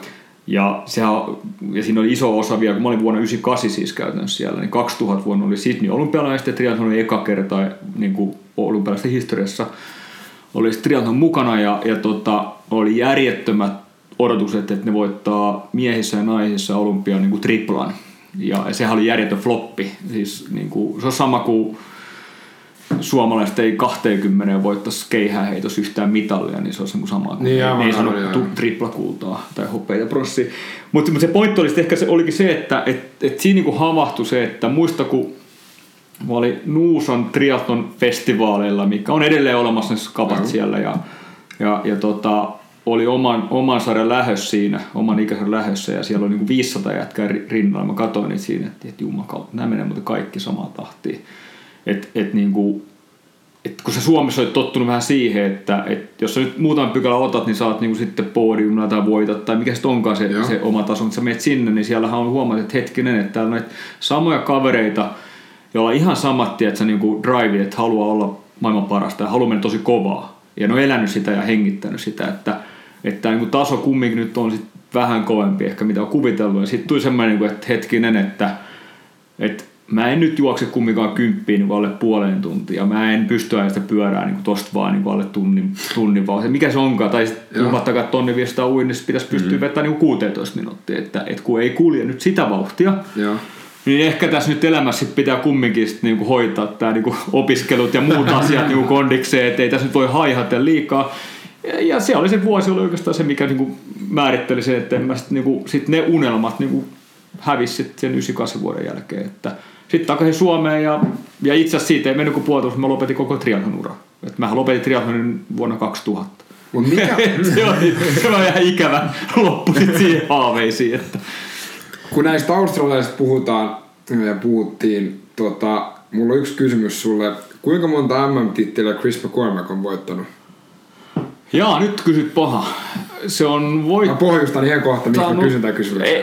Ja siinä oli iso osa vielä, kun mä olin vuonna 1998 siis käytännössä siellä, niin 2000 vuonna oli Sydney olympialaisten triathlonin eka kerta niin kuin olympialaisten historiassa oli triathlon mukana ja oli järjettömät odotukset, että ne voittaa miehissä ja naisissa olympian niin kuin triplan. Ja sehän oli järjetön floppi. Siis, niin kuin, se on sama kuin suomalaiset ei 20 voittaisi keihääheitos yhtään mitallia, niin se on sama kuin ei sanottu triplakultaa tai hopeita pronssia. Mutta se pointti oli ehkä olikin se, että siinä niin kuin havahtui se, että muista kun mä olin Nuuson triathlon festivaaleilla, mikä on edelleen olemassa ne kapat siellä ja oli oman sarjan lähössä siinä, oman ikäisen lähössä ja siellä oli niin kuin 500 jätkää rinnalla. Mä katsoin niitä siinä, että jumakauta, nämä menee muuten kaikki samaan tahtiin. että kun sä Suomessa olet tottunut vähän siihen, että jos sä nyt muutaman pykälän otat, niin saat niinku sitten podiumilla tai voitat, tai mikä sitten onkaan se oma taso, mutta sä menet sinne, niin siellähän on huomattu, että hetkinen, että täällä on näitä samoja kavereita, joilla on ihan samat, että sä niinku drive, että haluaa olla maailman parasta ja haluaa mennä tosi kovaa. Ja ne on elänyt sitä ja hengittänyt sitä, että niinku taso kumminkin nyt on sit vähän kovempi ehkä mitä on kuvitellut. Ja sitten tuli semmoinen, että hetkinen, että mä en nyt juokse kumminkaan 10 niin alle puoleen tuntia. Mä en pysty ajan sitä pyörää niin tosta vaan niin alle tunnin vauhtia. Mikä se onkaan? Tai puhumattakaan, että 1500 uinnissa pitäisi pystyä vetämään niin 16 minuuttia. Että kun ei kulje nyt sitä vauhtia, niin ehkä tässä nyt elämässä pitää kumminkin sit niin hoitaa tää niin opiskelut ja muut asiat niin kondikseen. Että ei tässä nyt voi haihatella liikaa. Ja se oli se vuosi, oli oikeastaan se, mikä niin määritteli sen, että sit ne unelmat niin hävisi sen 98 vuoden jälkeen. Sitten takaisin Suomeen ja itse asiassa siitä ei mennyt kuin puolitoista, mä lopetin koko triathlon-ura. Mähän lopetin triathlonin vuonna 2000. se oli ihan ikävä loppu siihen haaveisiin. Että. Kun näistä australialaisista puhutaan ja puhuttiin, mulla on yksi kysymys sulle. Kuinka monta MM-titteliä Chris McCormack on voittanut? Jaa, nyt kysyt paha. Se on Mä pohjustan ihan kohta, mikä mä kysyn tämän kysymyksen.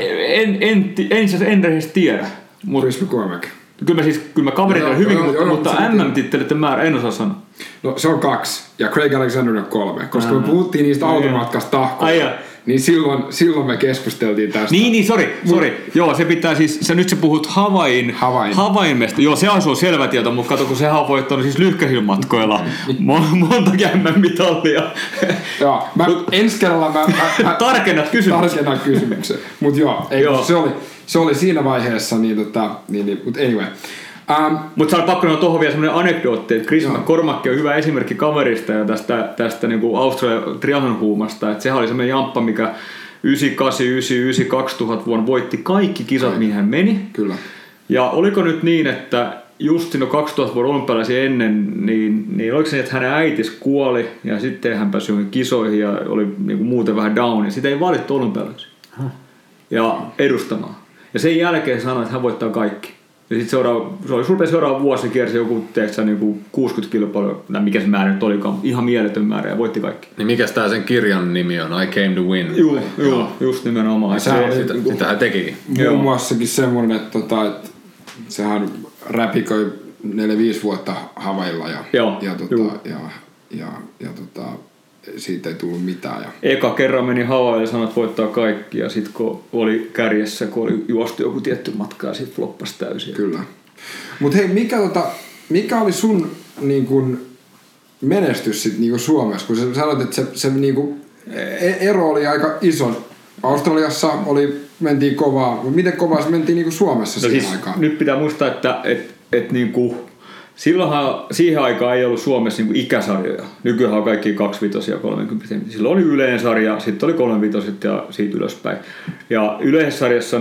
En edes tiedä. Chris McCormack. Kyllä mä kavereita hyvinkin, mutta MM-titteleiden määrä en osaa sanoa. No se on 2 ja Craig Alexander on 3, koska me puhuttiin niistä automatkasta tahkoista. Niin silloin me keskusteltiin tästä. Niin, sori. Joo, se pitää siis, nyt sä puhut Havain mesta. Joo, se on selvä tieto, mutta kato, kun sehän on voittanut siis lyhkäisillä matkoilla monta MM-mitallia. Joo, ensi kerralla mä tarkennat kysymyksen. Mut joo. Se oli siinä vaiheessa, mutta anyway. Mutta se on pakko sanoa tuohon vielä semmoinen anekdootti, että Chris McCormack on hyvä esimerkki kaverista ja tästä niinku Australian triathlon huumasta. Että sehän oli semmoinen jamppa, mikä 98, 99, 2000 vuonna voitti kaikki kisat, mihin hän meni. Kyllä. Ja oliko nyt niin, että just siinä 2000 vuoden olympialaisia ennen, niin oliko se, että hänen äitis kuoli ja sitten hän pääsi johonkin kisoihin ja oli niinku muuten vähän down ja sitä ei valittu olympialaisia ja edustamaan. Ja sen jälkeen sanoi, että hän voittaa kaikki. Ja sitten se oli seuraava vuosi, kiersi joku niinku 60 kilpailua, mikä se määrä nyt olikaan, ihan mieletön määrä ja voitti kaikki. Niin mikäs tää sen kirjan nimi on? I Came to Win. Joo, just nimenomaan. Sitä hän teki. Muun muassakin semmoinen, että sehän räpikoi 4-5 vuotta Havailla ja siitä ei tullut mitään. Ja eka kerran meni Havaille ja sanoi, että voittaa kaikki ja sitten kun oli kärjessä, kun oli juostu joku tietty matka ja sitten floppasi täysin. Kyllä. Mutta hei, mikä oli sun niin kun, menestys sit, niin kun Suomessa? Kun sä sanoit, että se niin kun, ero oli aika iso. Australiassa mentiin kovaa, mutta miten kovaa se mentiin niin kun Suomessa siihen aikaan? Nyt pitää muistaa, että niin kuin silloinhan siihen aikaan ei ollut Suomessa niin ikäsarjoja. Nykyään on kaikki 25 ja 30. Silloin oli yleinen sarja, sitten oli 35 ja siitä ylöspäin. Ja yleisessä sarjassa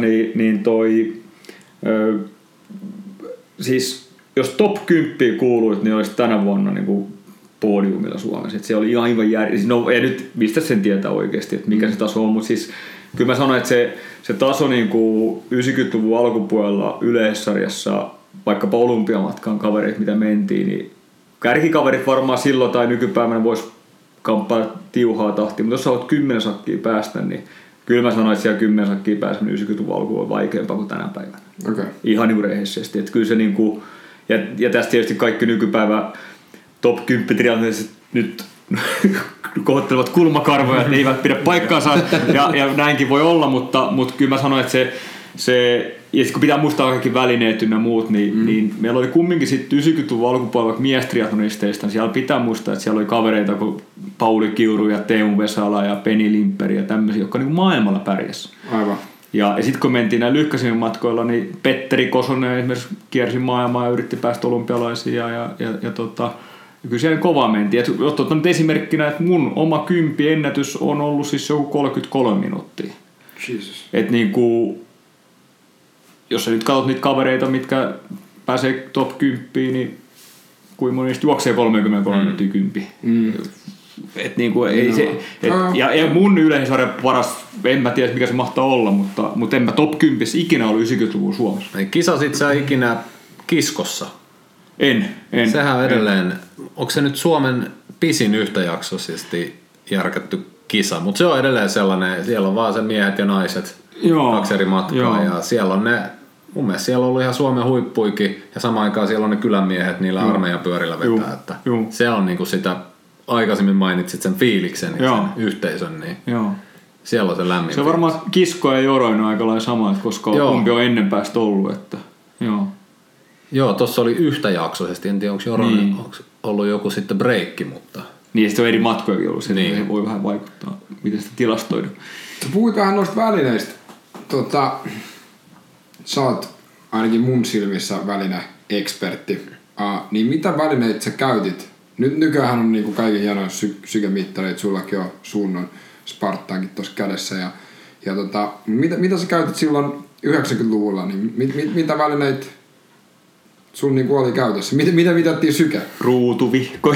siis jos top 10 kuuluit, niin olisi tänä vuonna niin kuin podiumilla Suomessa. Et se oli aivan no ei nyt mistä sen tietää oikeasti, että mikä se taso on, mutta siis kyllä mä sanoin, että se taso niin kuin 90-luvun alkupuolella yleissarjassa, vaikkapa olympiamatkan kaverit, mitä mentiin, niin kärkikaverit varmaan silloin tai nykypäivänä vois kamppailla tiuhaa tahtia, mutta jos sä oot 10 sakkia päästä, niin kyllä mä sanoin, että siellä 10 sakkia pääseminen 90-luvun alkuun on vaikeampaa kuin tänä päivänä. Okay. Ihan niin rehellisesti. Että kyllä se niin kuin, ja tästä tietysti kaikki nykypäivä top 10 triathletit nyt kohottelevat kulmakarvoja, että ne eivät pidä paikkaansa ja näinkin voi olla, mutta kyllä mä sanoin, että se ja kun pitää muistaa kaikki välineet ynnä muut, niin meillä oli kumminkin sitten 90-luvun alkupuolella miestriathonisteista, niin siellä pitää muistaa, että siellä oli kavereita kuin Pauli Kiuru ja Teemu Vesala ja Penny Limperi ja tämmöisiä, jotka niin maailmalla pärjäs. Aivan. Ja sitten kun mentiin näin lyhkäisillä matkoilla, niin Petteri Kosonen esimerkiksi kiersi maailmaa ja yritti päästä olympialaisiin ja kyllä siellä kovaa mentiin. Otan nyt esimerkkinä, että mun oma kympi-ennätys on ollut siis joku 33 minuuttia. Jesus. Että niinku, jos sä nyt katsot niitä kavereita, mitkä pääsee top 10, niin kuinka moni niistä juoksee 33 minuuttia 10. Et niinku, ei se, ja mun yleisarjan paras, en mä tiedä mikä se mahtaa olla, mutta en mä top 10 ikinä ollut 90-luvun Suomessa. Kisasit sä ikinä kiskossa? En. Sehän on edelleen, onko se nyt Suomen pisin yhtäjaksoisesti järkätty kisa, mutta se on edelleen sellainen, siellä on vaan se miehet ja naiset 2 eri matkaa ja siellä on ne, mun mielestä siellä on ollut ihan Suomen huippuikin ja samaan aikaan siellä on ne kylänmiehet niillä armeijan pyörillä vetää, että se on niinku sitä, aikaisemmin mainitsit sen fiiliksen ja sen yhteisön, niin siellä on se lämmin. Se on varmaan Kisko ja Joroinen aika lailla sama, koska kumpi on ennen päästä ollut, että Joo, tossa oli yhtäjaksoisesti, en tiedä onko Joroinen ollut joku sitten breikki, mutta niin, sitten on eri matkojakin ollut, se voi vähän vaikuttaa, miten sitä tilastoidaan. Puhuit vähän noista välineistä. Sä oot ainakin mun silmissä välineekspertti. Niin mitä välineitä sä käytit? Nykyään on niinku kaiken hienoja sykemittareita, sullakin on Suunnon Spartaankin tuossa kädessä. Mitä sä käytit silloin 90-luvulla? Niin mitä välineitä sun niinku oli käytössä? Mitä mitattiin syke? Ruutuvihko.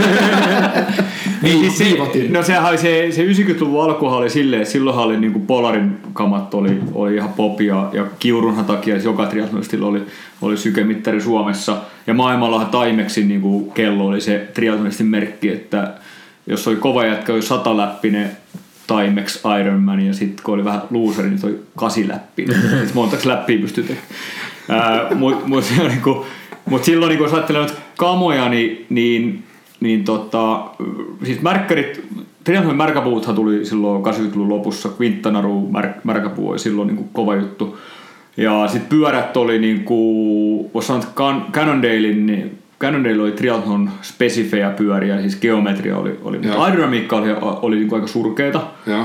No sehän oli se 90-luvun alkuhan oli silleen, että silloinhan oli niinku Polarin kamat oli ihan popia ja Kiurunhan takia joka triathlonistilla oli sykemittari Suomessa ja maailmallahan Timexin niinku kello oli se triathlonistin merkki, että jos oli kova jätkä, oli 100-läppinen Timex Ironman ja sitten kun oli vähän looseri, niin toi 8-läppinen. Montaks läppiä pystyy tekemään. Mutta silloin niin kun ajattelee noita kamoja, siis märkkärit, triathlon märkäpuuthan tuli silloin 80-luvun lopussa, Quintanaru märkäpuu oli silloin niin kova juttu. Ja sitten pyörät oli niinku, voisi sanoa, että Cannondale oli triathlon spesifejä pyöriä, siis geometria oli mutta aerodynamiikka oli niinku aika surkeita.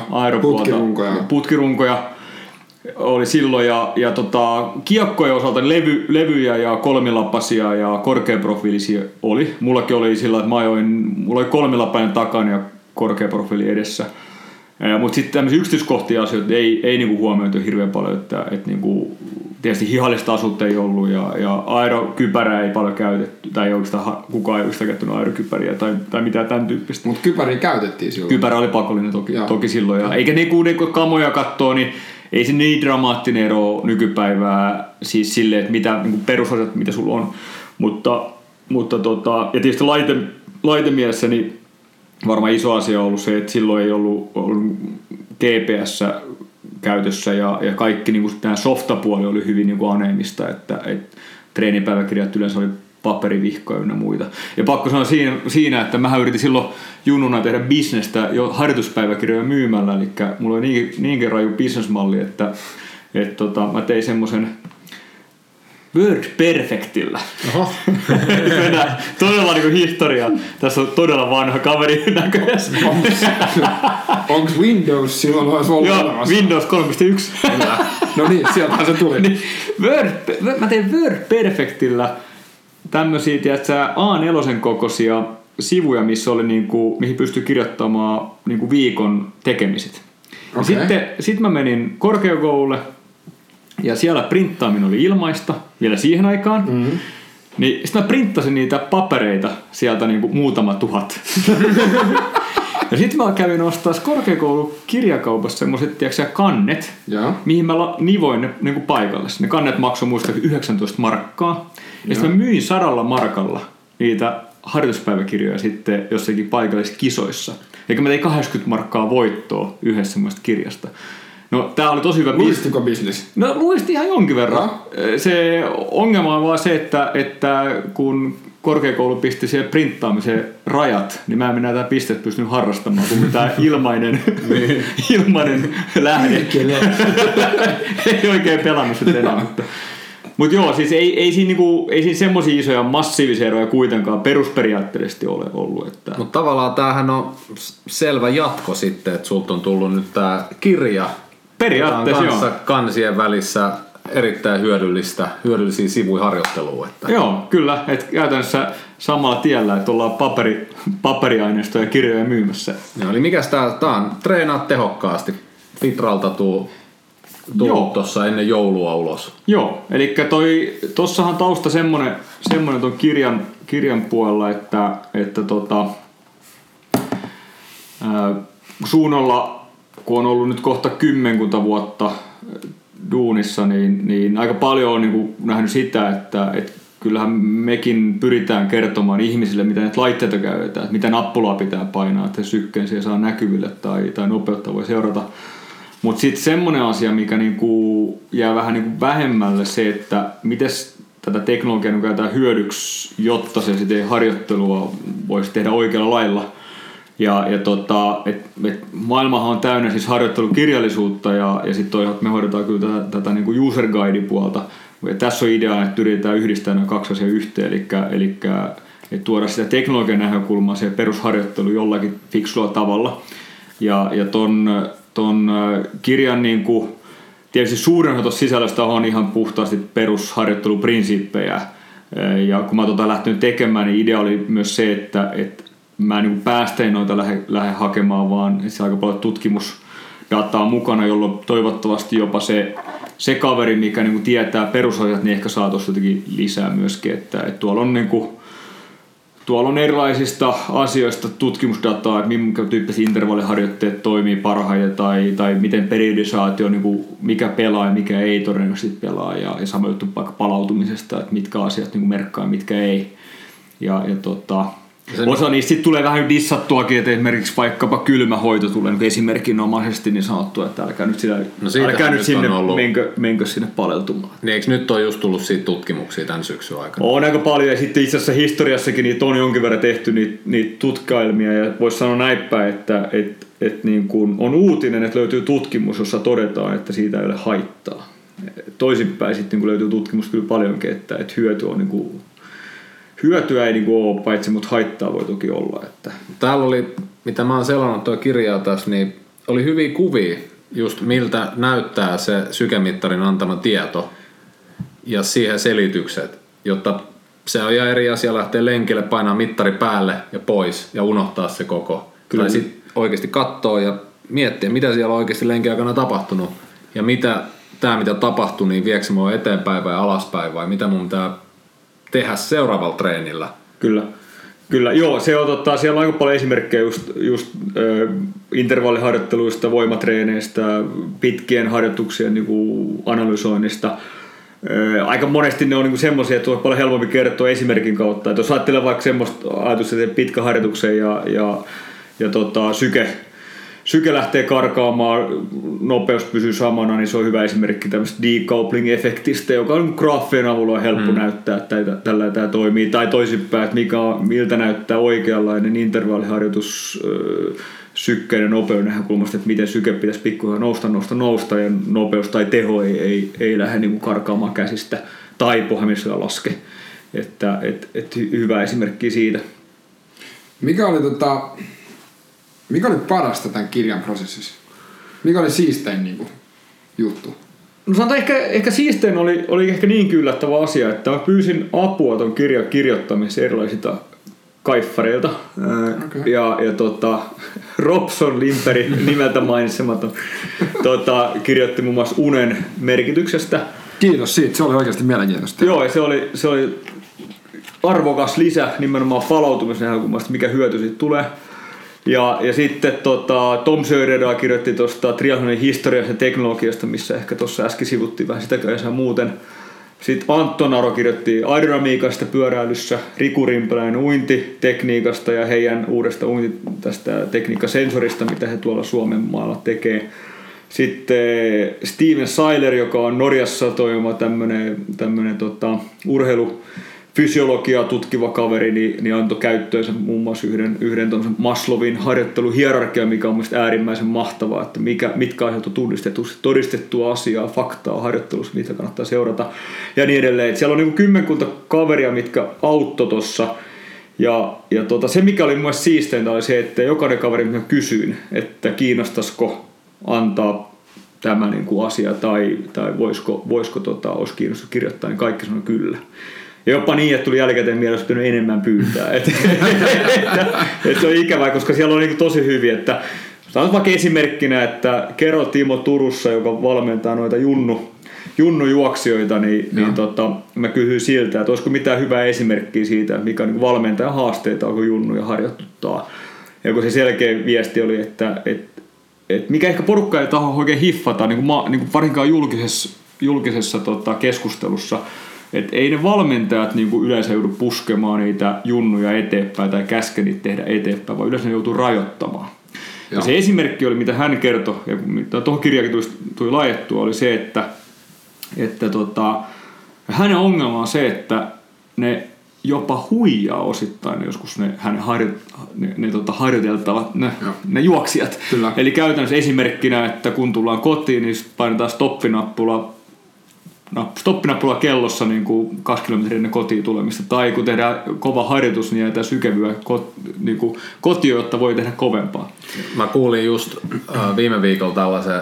Putkirunkoja oli silloin ja kiekkojen osalta levyjä ja kolmilapasia ja korkeaprofiilisia oli. Mullakin oli sillä, että mulla oli kolmilapainen takana ja korkeaprofiili edessä. Mutta sitten tämmöisiä yksityiskohtia asioita ei niinku huomioitu hirveän paljon, että niinku, tietysti hihallista asuutta ei ollut ja aerokypärää ei paljon käytetty, tai ei oikeastaan kukaan ei oikeastaan käyttänyt aerokypäriä tai mitään tämän tyyppistä. Mutta kypäriä käytettiin silloin. Kypärä oli pakollinen toki silloin. Ja eikä niinku kamoja katsoo, niin ei se niin dramaattinen ero nykypäivää siis silleen, että mitä niinku perusasiat mitä sulla on. Mutta ja tietysti laitemielessä niin varmaan iso asia on ollut se, että silloin ei ollut GPS käytössä ja kaikki niin tämä softapuoli oli hyvin niin aneemista, että treenipäiväkirjat yleensä oli paperivihkoja ynnä muita. Ja pakko sanoa siinä, että mä yritin silloin junnuna tehdä bisnestä jo harjoituspäiväkirjoja myymällä, eli mulla oli niinkin raju bisnesmalli, että mä tein semmoisen WordPerfectillä. Oho. Mennään todella niin historiaa. Tässä on todella vanha kaveri näköjään. Onko Windows silloin olisi ollut olemassa? Windows 3.1. No niin, sieltähän se tuli. Niin, mä tein WordPerfectillä tämmöisiä, tiedätkö, A4 kokoisia sivuja, missä oli niinku, mihin pystyi kirjoittamaan niinku viikon tekemiset. Okay. Sitten mä menin korkeakoululle ja siellä printtaaminen oli ilmaista vielä siihen aikaan. Mm-hmm. Niin sitten mä printtasin niitä papereita sieltä niinku muutama tuhat. Ja sitten mä kävin ostaa korkeakoulun kirjakaupassa semmoiset kannet, mihin mä nivoin ne niinku paikalle. Ne kannet maksoi muistaakseni 19 markkaa. Ja sitten mä myin 100 markalla niitä harjoituspäiväkirjoja sitten jossakin paikallisissa kisoissa. Eikä mä tein 80 markkaa voittoa yhdessä semmoista kirjasta. No tää oli tosi hyvä Luistiko business? No luisti ihan jonkin verran. Se ongelma on vaan se, että kun korkeakoulu pisti siihen printtaamiseen rajat, niin mä en näitä pisteet pystynyt harrastamaan, kun mitään ilmainen lähde. Ei oikein pelannut sitä enää. Mutta joo, siis ei siinä semmosia isoja massiivisia eroja kuitenkaan perusperiaatteellisesti ole ollut. Mutta tavallaan tämähän on selvä jatko sitten, että sulta on tullut nyt tää kirja. Periaatteessa kanssa kansien välissä erittäin hyödyllisiä sivuja harjoittelua. Joo, kyllä. Että käytännössä samalla tiellä, että ollaan paperiaineistoja ja kirjoja myymässä. Joo, eli mikäs tää on? Treenaat tehokkaasti. Fitralta tuu tuossa ennen joulua ulos. Joo, eli tossahan tausta semmonen ton kirjan puolella, että Suunnolla, kun on ollut nyt kohta 10 vuotta duunissa, niin aika paljon on niin nähnyt sitä, että kyllähän mekin pyritään kertomaan ihmisille, miten näitä laitteita käytetään, että mitä nappulaa pitää painaa, että sykkeen siellä saa näkyville tai nopeutta voi seurata. Mutta sitten semmoinen asia, mikä niinku jää vähän niinku vähemmälle, se, että miten tätä teknologiaa käytetään hyödyksi, jotta se sitten harjoittelua voisi tehdä oikealla lailla. Maailmahan on täynnä siis harjoittelukirjallisuutta ja sitten me hoidetaan kyllä tätä niinku user guide puolta. Ja tässä on idea, että yritetään yhdistää nämä kaksi asiaa yhteen, eli tuoda sitä teknologian näkökulmaa siihen perusharjoitteluun jollakin fiksulla tavalla. Ja ton kirjan niinku, tietysti suurin osa tuossa sisällöstä on ihan puhtaasti perusharjoitteluprinsiippejä. Ja kun mä lähtenyt tekemään, niin idea oli myös se, että mä niinku päästäin noita lähde hakemaan, vaan se aika paljon tutkimusdataa mukana, jolloin toivottavasti jopa se kaveri, mikä niinku tietää perusasiat, niin ehkä saa tuossa jotenkin lisää myöskin. Että tuolla on erilaisista asioista tutkimusdataa, että minkä tyyppiset intervalliharjoitteet toimii parhaiten tai miten periodisaatio, niin mikä pelaa ja mikä ei todennäköisesti pelaa. Ja sama juttu vaikka palautumisesta, että mitkä asiat niin merkkaa ja mitkä ei. Osa niistä sitten tulee vähän dissattuakin, että esimerkiksi vaikkapa kylmähoito tulee niin esimerkinomaisesti niin sanottu, että älkää nyt sinne menkö sinne paleltumaan. Niin eikö nyt ole just tullut siitä tutkimuksia tämän syksyn aikana? On aika paljon ja sitten itse asiassa historiassakin niitä on jonkin verran tehty niitä tutkailmia ja voisi sanoa näinpä, että niin kuin on uutinen, että löytyy tutkimus, jossa todetaan, että siitä ei ole haittaa. Toisinpäin sitten niin löytyy tutkimus kyllä paljonkin, että hyöty on niin kuin hyötyä ei niinku ole paitsi, mutta haittaa voi toki olla. Että. Täällä oli, mitä mä oon selannut tuo kirjaa tässä, niin oli hyviä kuvia just miltä näyttää se sykemittarin antama tieto ja siihen selitykset, jotta se on ihan eri asia lähteä lenkille, painaa mittari päälle ja pois ja unohtaa se koko. Kyllä. Tai sitten oikeasti katsoo ja miettiä, mitä siellä on oikeasti lenkin aikana tapahtunut ja mitä tapahtuu, niin viekö se mua eteenpäin vai alaspäin vai mitä mun pitää tehdä seuraavalla treenillä. Kyllä. Joo, se on siellä on aika paljon esimerkkejä just intervalliharjoitteluista, voimatreeneistä, pitkien harjoituksien niinku analysoinnista. Aika monesti ne on niinku semmoisia, että on paljon helpompi kertoa esimerkin kautta. Että jos ajattelee vaikka semmoista ajatusta, että pitkä harjoituksen ja syke lähtee karkaamaan, nopeus pysyy samana, niin se on hyvä esimerkki tämmöistä decoupling-efektistä, joka on graafien avulla helppo näyttää, että tällä tämä toimii. Tai toisinpäin, että miltä näyttää oikeanlainen intervalliharjoitus sykkeiden nopeuden näkökulmasta, että miten syke pitäisi pikkuhiljaa nousta ja nopeus tai teho ei lähde niin kuin karkaamaan käsistä tai pohjimmillaan laske. Että hyvä esimerkki siitä. Mikä oli parasta tämän kirjan prosessissa? Mikä oli siistein niin juttu? No sanotaan ehkä siistein oli ehkä niinkin yllättävä asia, että mä pyysin apua ton kirjan kirjoittamiseen erilaisilta kaiffareilta. Okay. Ja Robson Limperi nimeltä mainitsematon kirjoitti muun muassa unen merkityksestä. Kiitos siitä, se oli oikeasti mielenkiintoista. Joo, se oli arvokas lisä nimenomaan palautumisen näkökulmasta, mikä hyöty siitä tulee. Ja sitten Tom Söderdahl kirjoitti tuosta triathlonin historiasta ja teknologiasta, missä ehkä tuossa äsken sivuttiin vähän sitäkään ja muuten. Sitten Anton Aro kirjoitti aerodynamiikasta pyöräilyssä, Riku Rimpeläinen uintitekniikasta ja heidän uudesta tästä tekniikkasensorista, mitä he tuolla Suomen maalla tekee. Sitten Steven Seiler, joka on Norjassa toimiva tämmöinen urheilufysiologiaa tutkiva kaveri, niin antoi käyttöönsä muun muassa yhden Maslowin harjoitteluhierarkia, mikä on mielestäni äärimmäisen mahtavaa, että mitkä asiat on todistettua asiaa, faktaa harjoittelussa, mitä kannattaa seurata ja niin edelleen. Et siellä on niin 10 kaveria, mitkä auttoi tuossa. Ja se, mikä oli mun mielestä siisteintä, oli se, että jokainen kaveri, mitä kysyin, että kiinnostaisiko antaa tämä niin kuin asia tai voisiko olisi kiinnostunut kirjoittaa, niin kaikki sanoi kyllä. Ja jopa niin, että tuli jälkikäteen mielessä enemmän pyytää. Et se on ikävää, koska siellä on niin tosi hyviä. Että, sanon vaikka esimerkkinä, että Kero Timo Turussa, joka valmentaa noita junnujuoksijoita, niin mä kysyin siltä, että olisiko mitään hyvää esimerkkiä siitä, että mikä on niin valmentajan haasteita, onko junnuja harjoituttaa. Ja kun se selkeä viesti oli, että mikä ehkä porukka ei taho oikein hiffata, niin kuin varsinkaan julkisessa keskustelussa, että ei ne valmentajat niin kuin yleensä joudu puskemaan niitä junnuja eteenpäin tai käske niitä tehdä eteenpäin, vaan yleensä ne joutuu rajoittamaan. Ja se esimerkki oli, mitä hän kertoi, ja mitä tuohon kirjakin tuli laitettua, oli se, että hänen ongelma on se, että ne jopa huijaa osittain joskus ne harjoiteltavat ne juoksijat. Kyllä. Eli käytännössä esimerkkinä, että kun tullaan kotiin, niin painetaan stoppinappula kellossa niin kuin 2 kilometriä ennen kotiin tulemista. Tai kun tehdään kova harjoitus, niin jäätään sykevyä kotiin, jotta voi tehdä kovempaa. Mä kuulin just viime viikolla tällaisen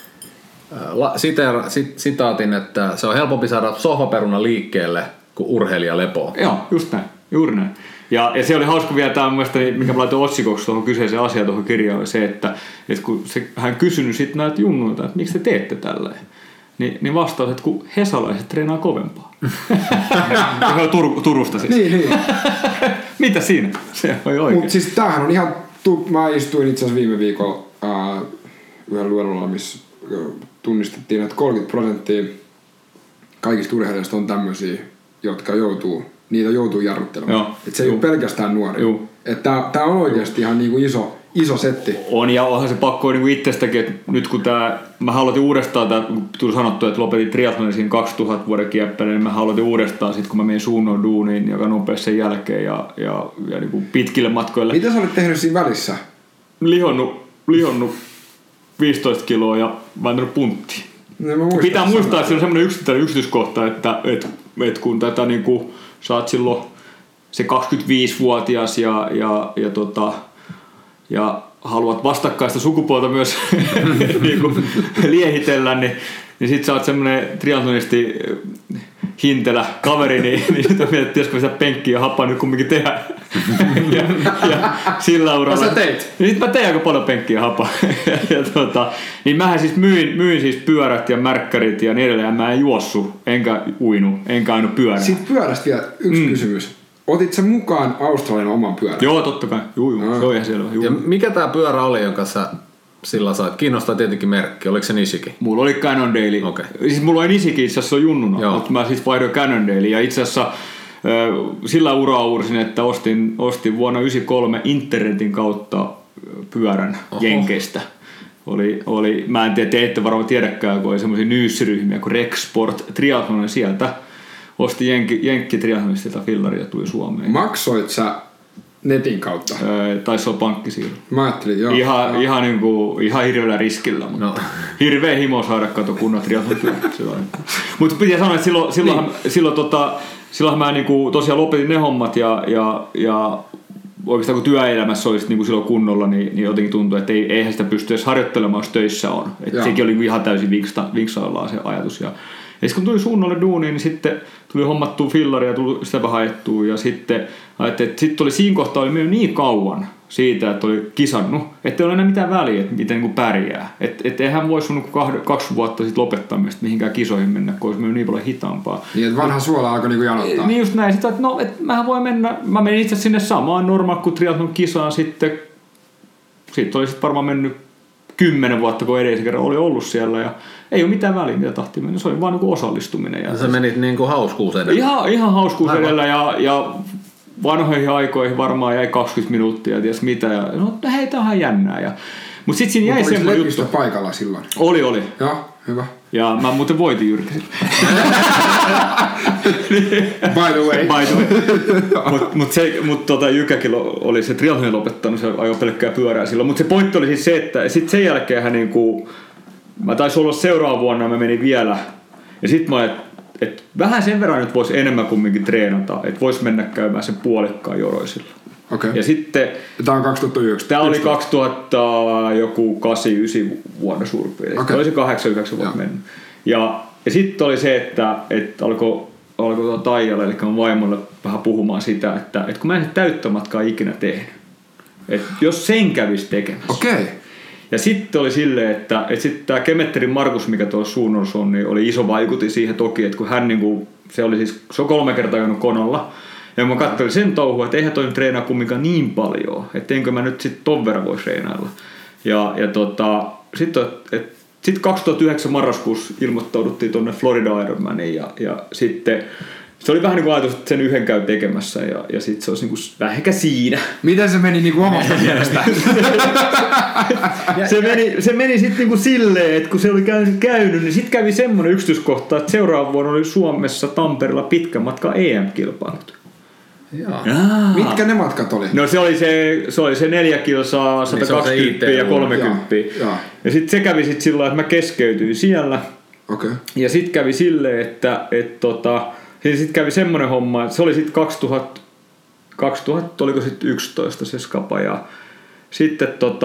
sitaatin, että se on helpompi saada sohvaperuna liikkeelle kuin urheilija lepoo. Joo, just näin. Juuri näin. Ja se oli hauska vielä tämä mielestäni, mikä mä laitoin otsikoksi tuohon kyseiseen asiaan tuohon kirjaan, oli se, että kun hän kysynyt sitten näiltä junnuilta, että miksi te teette tälleen, niin vastaus, että kun hesalaiset treenaa kovempaa. Turusta siis. Niin. Mitä siinä? Se oli oikein. Mutta siis tämähän on ihan, mä istuin itse asiassa viime viikolla yhden luennolla, missä tunnistettiin, että 30% kaikista urheilijoista on tämmöisiä, jotka joutuu jarruttelemaan. Että se ei ole pelkästään nuori. Tämä on oikeasti ihan niinku iso setti. On, ja onhan se pakko niinku itsestäkin, että nyt kun mä aloitin uudestaan, kun tuli sanottu, että lopetin triathlonin siinä 2000 vuoden kieppeille, niin mä aloitin uudestaan sit, kun mä menin suunnon duuniin joka nopeasti sen jälkeen ja niinku pitkille matkoille. Mitä sä olit tehnyt siinä välissä? Lihonnut 15 kiloa ja vääntänyt punttiin. Pitää muistaa, että siinä on semmoinen yksityiskohta, että kun tätä niinku, sä oot silloin se 25-vuotias ja haluat vastakkaista sukupuolta myös niinku, liehitellä, niin sit sä oot semmoinen triathlonisti hintelä kaveri, niin sit on miettinyt, pitäisikö sitä penkkiä ja happaa nyt kumminkin tehdä. ja sillä uralla. Sä teit? Niin sit mä tein aika paljon penkkiä ja happaa. Niin mähän siis myin siis pyörät ja märkkärit ja niin edelleen. Mä en juossu, enkä uinu, enkä ainu pyörää. Sitten pyörästä vielä yksi kysymys. Otit sä mukaan Australian oman pyörän? Joo, totta kai. Se on ihan selvä. Ja mikä tää pyörä oli, jonka sä sillä sait? Kiinnostaa tietenkin merkki. Oliko se Nishiki? Mulla oli Cannondale. Okay. Siis mulla oli Nishiki itse asiassa junnuna, mutta mä siis vaihdoin Cannondale. Ja itse asiassa sillä uursin, että ostin vuonna 1993 internetin kautta pyörän Jenkeistä. Mä en tiedä, te ette varmaan tiedäkään, kun oli semmoisia nyyssiryhmiä kuin Rexport Triathlon, sieltä osti Jenkki Triathlonistilta fillaria ja tuli Suomeen. Maksoit sä netin kautta? Taisi olla pankkisiirro. Mä ajattelin, joo. Ihan hirveällä riskillä, mutta hirveä himo saada kato kunnon triathlon. Mutta pitää sanoa, että silloin mä niinku tosiaan lopetin ne hommat ja oikeastaan kun työelämässä olisi niinku silloin kunnolla, niin jotenkin tuntui, että eihän sitä pysty edes harjoittelemaan, jos töissä on. Et sekin oli ihan täysin vinksaillaan se ajatus. Ja sitten kun tuli suunnalle duuniin, niin sitten tuli hommattua fillaria ja tuli sitä haettua. Ja sitten oli siinä kohtaa oli mennyt niin kauan siitä, että oli kisannut, että ei ole enää mitään väliä, että miten niin pärjää. Että eihän voi sun 2 vuotta sitten lopettaa mistä mihinkään kisoihin mennä, kun olisi mennyt niin paljon hitaampaa. Niin, että vanha suola alkoi niin janottaa. Niin just näin. Sitten, että mähän voi mennä. Mä menin itse sinne samaan normaan kuin triathlon kisaan sitten. Siitä oli sitten varmaan mennyt 10 vuotta, kun edellisen kerran oli ollut siellä ja ei ole mitään väliä, mitä tahti mennä. Se oli vaan niin osallistuminen. Ja sä menit niin kuin hauskuus edellä. Ihan hauskuus edellä ja vanhoihin aikoihin varmaan jäi 20 minuuttia ja ties mitä. Ja no hei, tää on ihan jännää. Mutta sitten siinä jäi semmoinen juttu. Paikalla silloin? Oli. Joo, hyvä. Ja mä muuten voitin Jyrki. By the way. Mutta Jykäkin oli se triathlonin lopettanut, se ajoi pelkkää pyörää silloin. Mutta se pointti oli siis se, että sit sen jälkeen hän niinku, mä taisin olla seuraava vuonna, mä menin vielä. Ja sit mä että vähän sen verran nyt voisi enemmän kumminkin treenata, että voisi mennä käymään sen puolikkaan joroisilla. Okay. Ja sitten tämä on 2009. Tämä oli 2089 vuonna suurin piirtein. Okay. Oli se 8-9 vuotta mennyt. Ja sitten oli se, että alkoi Taijalle, eli mun vaimolle vähän puhumaan sitä, että kun mä en täyttä matkaa ikinä tehnyt. Että jos sen kävisi tekemässä. Okay. Ja sitten oli silleen, että sitten tämä Kemetterin Markus, mikä tuossa suunnassa on, niin oli iso vaikutin siihen toki, että kun hän niinku, se on 3 kertaa käynyt konolla. Ja mä katsoin sen touhua, että eihän toi nyt treenaa kumminkaan niin paljon, että enkö mä nyt sitten ton verran voi treenailla. Sitten 2009 marraskuussa ilmoittauduttiin tuonne Florida Ironmaniin ja sitten Se oli vähän niin kuin ajatus, että sen yhden käy tekemässä ja sitten se olisi niin kuin vähän ehkä siinä. Miten se meni niin kuin omasta mielestä? se meni sitten niin kuin silleen, että kun se oli käynyt, niin sitten kävi semmoinen yksityiskohta, että seuraava vuonna oli Suomessa Tampereella pitkän matka EM-kilpailut. Mitkä ne matkat oli? No se oli se 4 kilsaa, 120 ja 30. Ja sitten se kävi sitten sillä lailla, että mä keskeytyin siellä. Okay. Ja sitten kävi silleen, että sitten kävi semmoinen homma, että se oli sitten 2000 oliko sitten 11 se skapa ja sitten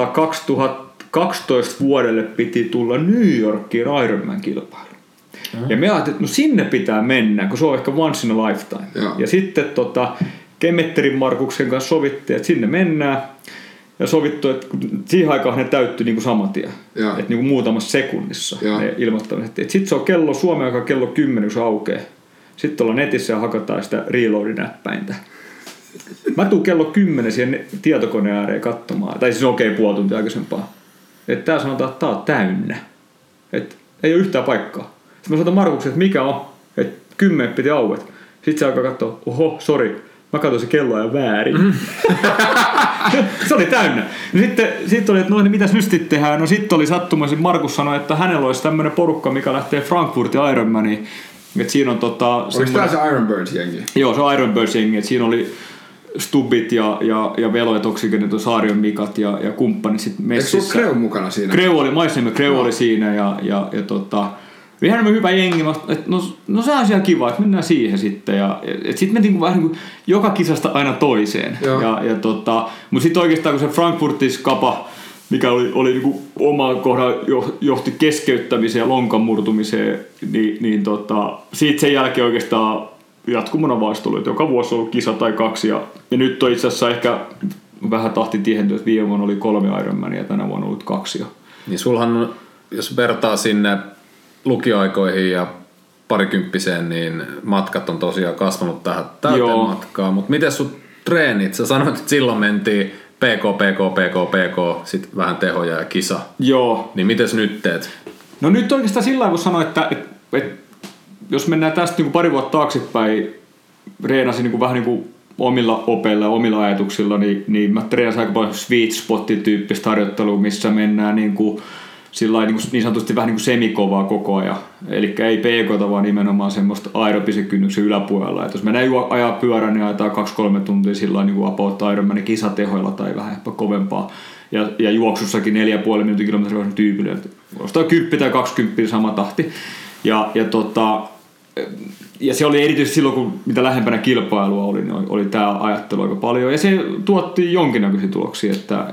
2012 vuodelle piti tulla New Yorkiin Ironman-kilpailu. Ja me ajattelin, että no sinne pitää mennä, kun se on ehkä once in a lifetime. Ja sitten Kemetterin Markuksen kanssa sovittiin, että sinne mennään. Ja sovittu, että siihen aikaan ne täyttyi niin kuin saman tien. Että niin kuin muutamassa sekunnissa ne ilmoittamiset. Sitten se on Suomen aikaa kello 10, kun se aukeaa. Sitten ollaan netissä ja hakataan sitä reload-näppäintä. Mä tuun kello 10 siihen tietokoneen ääreen katsomaan. Tai siis puoli tuntia aikaisempaa. Että tää sanotaan, että tää on täynnä. Että ei ole yhtään paikkaa. Sitten mä sanotaan Markukselle, että mikä on. Että 10 piti auet. Sitten se alkaa katsoa, oho, sori. Mä katsoin se kello ja väärin. Se oli täynnä. No sitten oli, että no niin mitäs nyt sitten tehdään. No sitten oli sattumaisin, Markus sanoi, että hänellä olisi tämmöinen porukka, mikä lähtee Frankfurtin Ironmaniin. Että siinä on oliko tää se Ironbirds-jengi? Joo, se on Ironbirds-jengi. Että siinä oli Stubbit ja Velo ja Toksigenit ja Saarion Mikat ja kumppanit sitten messissä. Eikö se ole Kreu mukana siinä? Kreu oli, maisemme Kreu oli siinä ja ihan hyvä jengi, että no se on siellä kiva, että mennään siihen sitten. Sitten mentiin vähän niin kuin joka kisasta aina toiseen. Mutta sitten oikeastaan kun se Frankfurtin skapa, mikä oli niin kuin oma kohdan johti keskeyttämiseen ja lonkan murtumiseen, niin siitä sen jälkeen oikeastaan jatkumona vaistelu, että joka vuosi on ollut kisa tai 2. Ja nyt on itse asiassa ehkä vähän tahti tihentynyt, että viime vuonna oli 3 Ironmania ja tänä vuonna on ollut 2. Niin sulhan, jos vertaa sinne lukioaikoihin ja parikymppiseen, niin matkat on tosiaan kasvanut tähän täyteen matkaan. Mutta miten sun treenit? Sä sanoit, että silloin mentiin PK, sitten vähän tehoja ja kisa. Joo. Niin mites nyt teet? No nyt oikeastaan sillä tavalla, kun sanoin, että jos mennään tästä niin kuin pari vuotta taaksepäin, reenasin niin kuin vähän niin kuin omilla opeilla ja omilla ajatuksilla, niin mä treenasin aika paljon sweet spotin tyyppistä harjoittelua, missä mennään niin sanotusti vähän niin kuin semikovaa koko ajan. Eli ei PK:ta, vaan nimenomaan semmoista aerobisen kynnyksen yläpuolella. Et jos mennään ajaa pyörän, niin ajetaan 2-3 tuntia sillä niin kuin about Ironmanin kisatehoilla tai vähän kovempaa. Ja juoksussakin 4,5 minuutin kilometriä on tyypillinen. Ostaa 10 tai 20 sama tahti. Ja se oli erityisesti silloin, kun mitä lähempänä kilpailua oli, niin oli tämä ajattelu aika paljon. Ja se tuotti jonkinnäköisiä tuloksia,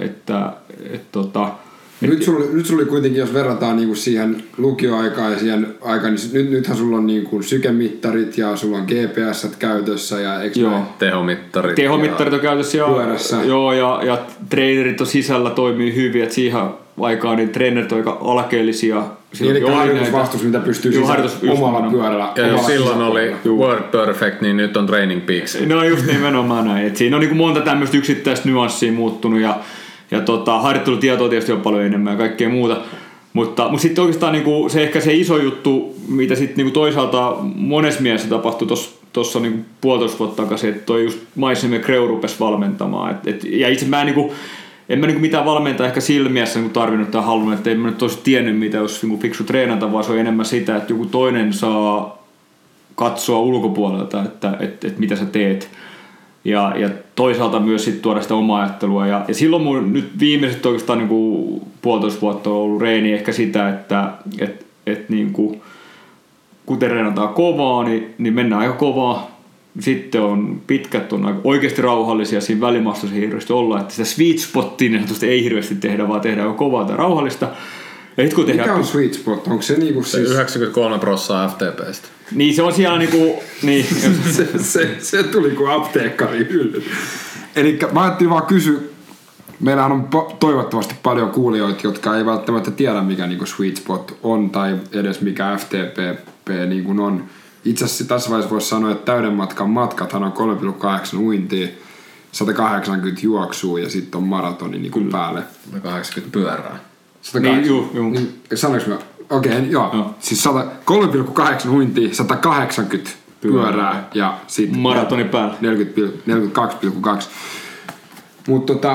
Nyt sulla oli kuitenkin, jos verrataan niinku siihen lukioaikaan ja siihen aikaan, niin nythän sulla on niinku sykemittarit ja sulla on GPS:t käytössä ja tehomittarit on käytössä ja treenerit on sisällä toimii hyvin, että siihen aikaan niin treenerit on aika alkeellisia. Niin, eli harjoitusvastus, mitä pystyy omalla pyörällä. Ja jos silloin oli Word Perfect, niin nyt on Training Peaks. No just nimenomaan näin. Et siinä on niin monta tämmöistä yksittäistä nyanssia muuttunut ja harjoittelutietoa tietysti on paljon enemmän ja kaikkea muuta. Mutta sitten oikeastaan niinku se iso juttu, mitä sitten niinku toisaalta monessa mielessä tapahtui tuossa niinku 1,5 vuotta takaisin, että toi just Maisemme Kreu rupesi valmentamaan. Ja itse mä en mä mitään valmentaa ehkä silmiässä niinku tarvinnut tai halunnut, että en mä nyt olisi tiennyt mitä jos niinku fiksu treenata, vaan se on enemmän sitä, että joku toinen saa katsoa ulkopuolelta, että mitä sä teet. Ja toisaalta myös sit tuoda sitä omaa ajattelua. Ja silloin mun nyt viimeiset oikeastaan niinku 1,5 vuotta on ollut reeni ehkä sitä, että niinku, kun treenataan kovaa, niin mennään aika kovaa. Sitten on pitkät, on oikeasti rauhallisia, siinä välimaastossa ei hirveästi olla. Että sitä sweet spottia ei hirveästi tehdä, vaan tehdään aika kovaa tai rauhallista. Ja sit, kun mikä on sweet spot? Onko se niinku siis 93% FTP:stä? Niin se on siellä niinku niin. se tuli kuin apteekkari hyllyt. Elikkä mä ajattelin vaan kysyä, meillähän on toivottavasti paljon kuulijoita, jotka ei välttämättä tiedä mikä niinku sweet spot on tai edes mikä FTP niinku on. Itse asiassa tässä vaiheessa voisi sanoa, että täyden matkan matkathan on 3,8 uintia, 180 juoksua ja sitten on maratoni niinku päälle. 180 pyörää. 180. Niin, sanoinko mä? Okei, joo. Siis 3,8 uintia, 180 pyörää ja sitten maratoni päällä 42,2. Mutta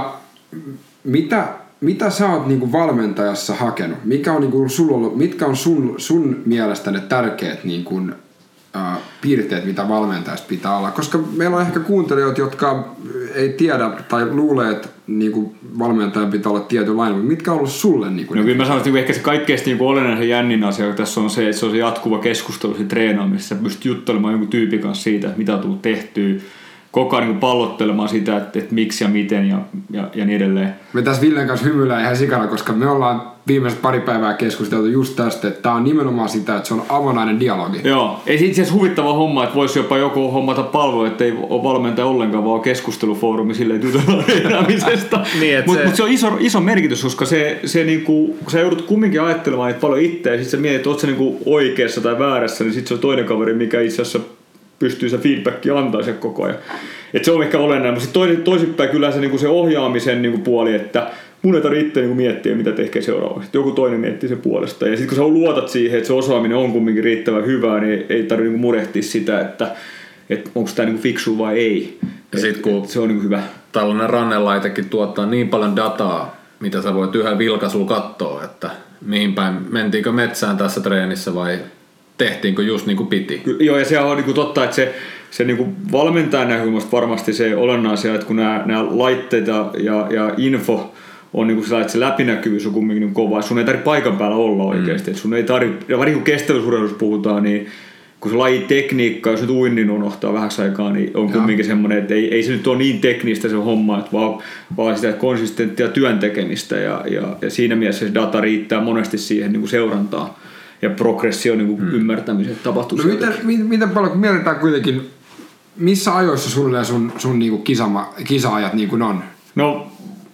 mitä sä oot niinku valmentajassa hakenut? Mitkä on sun mielestä ne tärkeät niinku, piirteet, mitä valmentajasta pitää olla? Koska meillä on ehkä kuuntelijoita, jotka ei tiedä tai luulee, että niinku valmentajan pitää olla tietynlainen. Mitkä on ollut sulle? Niinku, no kyllä mä sanoin, että ehkä se kaikkein niinku olennainen jännin asia tässä on se, että se on se jatkuva keskustelu siinä treenaamisessa. Sä pystyt juttelemaan jonkun tyypin kanssa siitä, että mitä on tullut tehtyä. Koko ajan niin pallottelemaan sitä, että miksi ja miten ja niin edelleen. Me tässä Villen kanssa hymyillään ihan sikana, koska me ollaan viimeiset pari päivää keskusteltu just tästä, että tää on nimenomaan sitä, että se on avonainen dialogi. Joo, ei itse asiassa huvittava homma, että voisi jopa joku hommata palvelua, että ei ole valmentaja ollenkaan, vaan keskustelufoorumi silleen jutellaan treenaamisesta. Niin, Mutta se on iso merkitys, koska se niinku, sä joudut kumminkin ajattelemaan niitä paljon itse, ja sit sä mietit, että oot sä niinku oikeassa tai väärässä, niin sit se on toinen kaveri, mikä itse asiassa pystyy se feedbackia antaa se koko ajan. Et se on ehkä olennainen, mutta sitten toisinpäin kyllä se, niinku se ohjaamisen niinku puoli, että mun ei tarvitse itse niinku miettiä, mitä tekee seuraavaksi. Joku toinen miettii sen puolesta. Ja sitten kun sä luotat siihen, että se osaaminen on kumminkin riittävän hyvää, niin ei tarvitse niinku murehtia sitä, että onko tämä niinku fiksu vai ei. Ja sit kun se on niinku hyvä. Tällainen rannelaitekin tuottaa niin paljon dataa, mitä sä voit yhden vilkaisulla katsoa, että mihin päin, mentiinkö metsään tässä treenissä vai tehtiinkö just niin kuin piti. Joo, ja se on niin totta, että se niin kuin valmentajan näkökulmasta varmasti se olennaisia, että kun nämä laitteet ja info on niin kuin sellainen, että se läpinäkyvyys on kumminkin niin kova, sun ei tarvitse paikan päällä olla oikeasti. Sun ei tarvitse, ja varsinkin kun kestävyysurheilussa puhutaan, niin kun se lajitekniikka, jos nyt uinnin unohtaa vähäksi aikaa, niin on kumminkin semmoinen, että ei se nyt ole niin teknistä se homma, että vaan sitä konsistenttia työn tekemistä ja siinä mielessä se data riittää monesti siihen niin kuin seurantaan ja progression niin kuin ymmärtämiseen tapahtuu. No miten paljon, kun mietitään kuitenkin, missä ajoissa sulle sun niin kuin kisa-ajat niin kuin on? No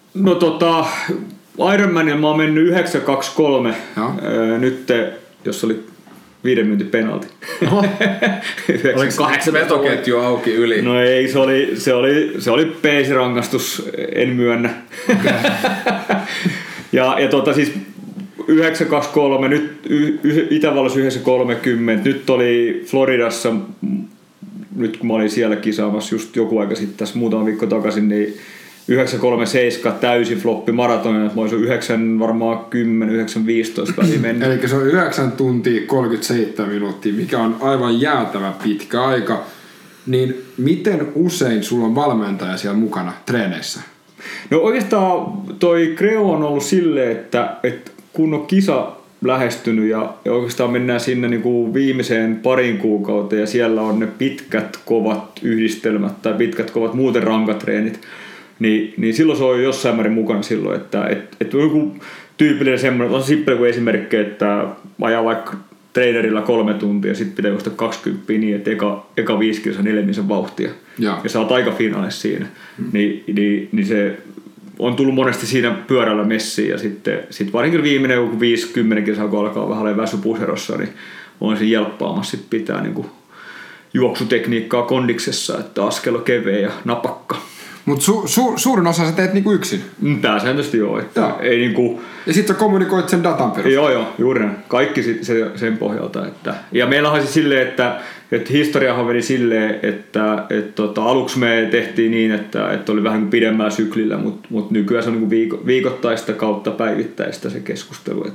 Ironmanilla mä oon mennyt 9.23 nyt, jos oli 5 minuutin penalti. Oliko 8 vetoketju auki yli? No ei, se oli peesirangastus, en myönnä. ja siis 9.23, nyt Itävallassa 9.30, nyt oli Floridassa, nyt kun mä olin siellä kisaamassa just joku aika sitten tässä muutama viikko takaisin, niin 9.37 täysin floppi maratonina, että mä olisin 9 varmaan 10-9.15 väliin mennyt. Eli se on 9 tuntia 37 minuuttia, mikä on aivan jäätävä pitkä aika. Niin miten usein sulla on valmentaja siellä mukana treeneissä? No oikeastaan toi Creo on ollut silleen, että kun on kisa lähestynyt ja oikeastaan mennään sinne niin kuin viimeiseen parin kuukauteen ja siellä on ne pitkät kovat yhdistelmät tai pitkät kovat muuten rankatreenit, niin silloin se on jossain määrin mukana silloin, että on joku tyypillinen semmoinen, on simppeli kuin esimerkki, että ajaa vaikka trainerilla 3 tuntia ja sitten pitää juosta 20 niin, että eka 5 kilsaa 4 vauhtia ja sä oot aika finaalissa siinä, niin se on tullut monesti siinä pyörällä messiin ja sitten varsinkin viimeinen joku 5-10 kilsaa, kun alkaa vähän olemaan väsypuserossa, niin on se jelppaamassa sit pitää niinku juoksutekniikkaa kondiksessa, että askel on keveä ja napakka. Mutta suurin osa sä teet niinku yksin? Pääsääntöisesti joo. Että ei niinku... Ja sit sä kommunikoit sen datan perusteella? Joo, juuri näin. Kaikki sen pohjalta. Ja meillä on siis silleen, että historiahan meni silleen, että aluksi me tehtiin niin, että oli vähän pidemmällä syklillä, mutta nykyään se on niinku viikoittaista kautta päivittäistä se keskustelu.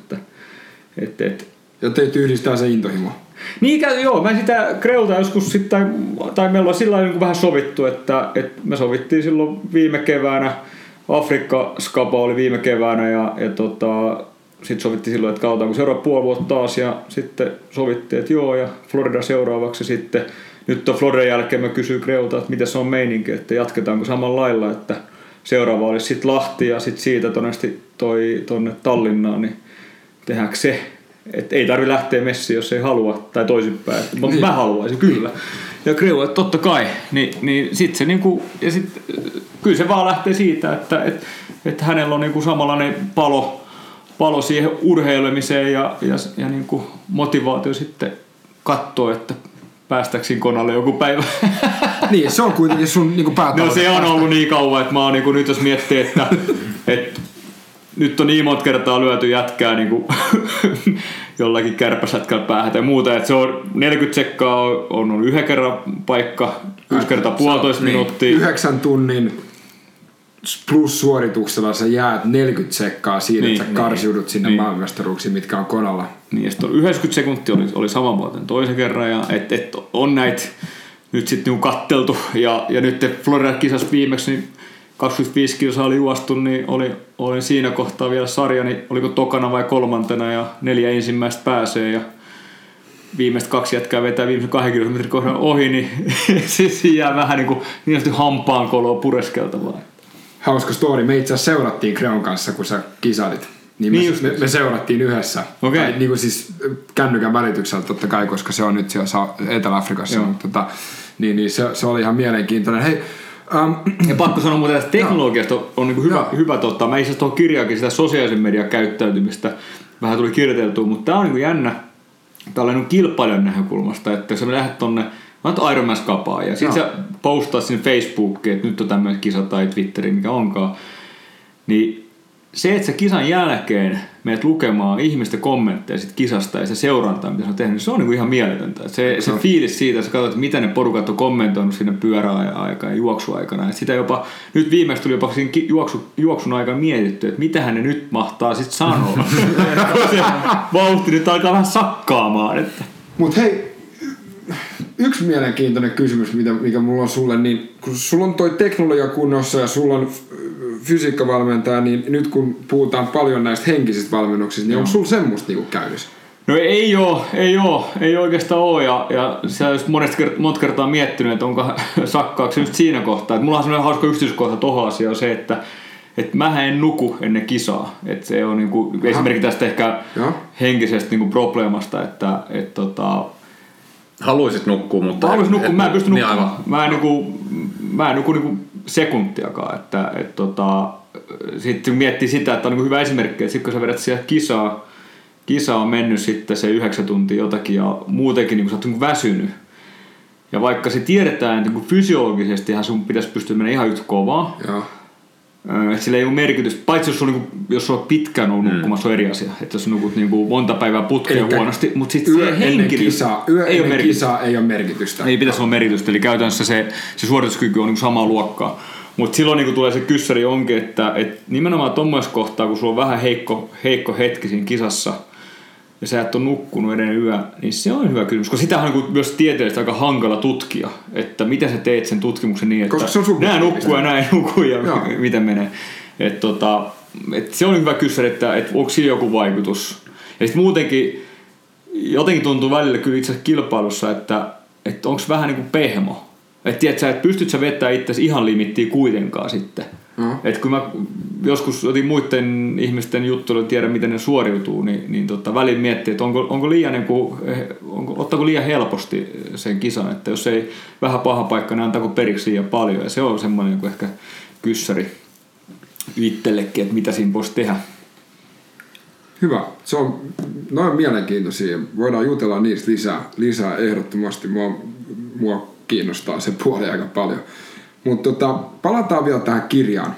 Ja teitä yhdistää se intohimo? Niin, joo. Mä sitä Creulta joskus sitten, tai meillä on sillä lailla niin vähän sovittu, että me sovittiin silloin viime keväänä, Afrikka-skapa oli viime keväänä ja sitten sovittiin silloin, että katsotaan kun seuraava puoli vuotta taas ja sitten sovittiin, että joo ja Florida seuraavaksi sitten nyt on Floridan jälkeen mä kysyin Creulta, että miten se on meininki, että jatketaanko samalla lailla, että seuraava olisi sitten Lahti ja sitten siitä tonne Tallinnaan, niin tehdäänkö se? Että ei tarvitse lähteä messiin, jos ei halua, tai toisinpäin. Mutta niin. Mä haluaisin, kyllä. Ja Creu, että totta kai. Niin sit se niinku, ja sit, kyllä se vaan lähtee siitä, että hänellä on niinku samanlainen palo siihen urheilemiseen ja niinku motivaatio sitten katsoa, että päästäksiin konalle joku päivä. Niin, se on kuitenkin sun niinku päätavoite. No se on ollut niin kauan, että mä oon niinku, nyt jos miettii, että nyt on niin monta kertaa lyöty jätkää niin kuin jollakin kärpäsätkällä päähän tai muuta, että se on 40 sekkaa on ollut yhden kerran paikka, 1 kertaa 1,5 minuuttia. 9 tunnin plus suorituksella sä jäät 40 sekkaa siinä, että sä karsiudut sinne maailmanmestaruuksiin, mitkä on konalla. Niin, ja sitten 90 sekuntia oli sama muoten toisen kerran, ja et on näitä nyt sitten niinku katteltu, ja nyt Florida-kisassa viimeksi niin 25 kilsaa oli juostu, niin oli siinä kohtaa vielä sarja, niin oliko tokana vai 3. ja 4 ensimmäistä pääsee, ja viimeistä 2 jätkää vetää viimeisen 2 kilometrin kohdan ohi, niin siis jää vähän niin kuin hampaankoloa pureskeltavaa. Hauska story. Me itse asiassa seurattiin Creon kanssa, kun sä kisalit. Niin me seurattiin yhdessä. Okay. Tai, niin kuin siis kännykän välityksellä totta kai, koska se on nyt siellä Etelä-Afrikassa. Mutta, niin se oli ihan mielenkiintoinen. Hei, ja pakko sanoa muuten, että teknologiasta on niin hyvä mä itse asiassa tuohon kirjaakin sitä sosiaalisen median käyttäytymistä vähän tuli kirjoiteltua, mutta tää on niin jännä tällainen kilpailijan näkökulmasta, että jos sä lähdet tonne Ironman-skapaa ja sit sä postaat sinne Facebookiin, että nyt on tämmöinen kisa tai Twitteriin, mikä onkaan, niin se, että sä kisan jälkeen menet lukemaan ihmisten kommentteja sit kisasta ja se seurantaa, mitä sä on tehnyt, niin se on niin ihan mieletöntä. Se fiilis siitä, että sä katsot, mitä ne porukat on kommentoinut siinä pyöräaikaan ja juoksuaikana. Ja sitä jopa, nyt viimeksi tuli jopa siinä juoksun aikana mietitty, että mitähän ne nyt mahtaa sit sanoa. Se vauhti nyt alkaa vähän sakkaamaan. Mut hei, yksi mielenkiintoinen kysymys, mikä mulla on sulle, niin kun sulla on toi teknologia kunnossa ja sulla on fysiikkavalmentaja, niin nyt kun puhutaan paljon näistä henkisistä valmennuksista, niin onko sulla semmoista niinku käynnissä? No ei oikeastaan ole, ja sä olisit monta kertaa miettinyt, että onko sakkaako se just siinä kohtaa. Et mulla on sellainen hauska yksityiskohta tohon asiaan se, että mähän en nuku ennen kisaa. Että se on niinku, esimerkiksi tästä ehkä henkisestä niinku probleemasta, että haluaisit nukkua, mutta mä en pysty nukkumaan. Mä en nuku niinku sekuntiakaan. Sitten miettii sitä, että on niinku hyvä esimerkki, että sit kun sä vedät siellä kisa on mennyt sitten se 9 tuntia jotakin ja muutenkin niin sä oot niin väsynyt. Ja vaikka se tiedetään, että niin fysiologisesti sun pitäisi pystyä mennä ihan yhtä kovaa. Että sillä ei ole merkitystä, paitsi jos sulla on pitkään ollut nukkumassa, on eri asia. Että jos nukut monta päivää putkea huonosti, mutta sitten se henkilöstä ei ole kisaa ei ole merkitystä. Ei pitäisi olla merkitystä, eli käytännössä se suorituskyky on samaa luokkaa. Mutta silloin tulee se kyssäri onkin, että nimenomaan tuommoisessa kohtaa, kun sulla on vähän heikko hetki siinä kisassa, ja sä et ole nukkunut edellinen yö, niin se on hyvä kysymys. Koska sitähän on myös tieteellisesti aika hankala tutkia, että miten sä teet sen tutkimuksen niin, että nää nukkuu ja nää ei nuku ja miten menee. Et se on hyvä kysymys, että onko sillä joku vaikutus. Ja sitten muutenkin jotenkin tuntuu välillä kyllä itse asiassa kilpailussa, että onko vähän niin kuin pehmo. Että pystyt sä vettämään itsesi ihan limittiin kuitenkaan sitten. Että kun mä joskus otin muiden ihmisten juttuja, tiedän miten ne suoriutuu, niin välillä miettii, että onko liian ottaako liian helposti sen kisan, että jos ei vähän paha paikka, niin antaako periksi liian paljon. Ja se on semmoinen ehkä kyssäri itsellekin, että mitä siinä voisi tehdä. Hyvä. Noin mielenkiintoisia. Voidaan jutella niistä lisää ehdottomasti. Mua kiinnostaa se puoli aika paljon. Mutta palataan vielä tähän kirjaan.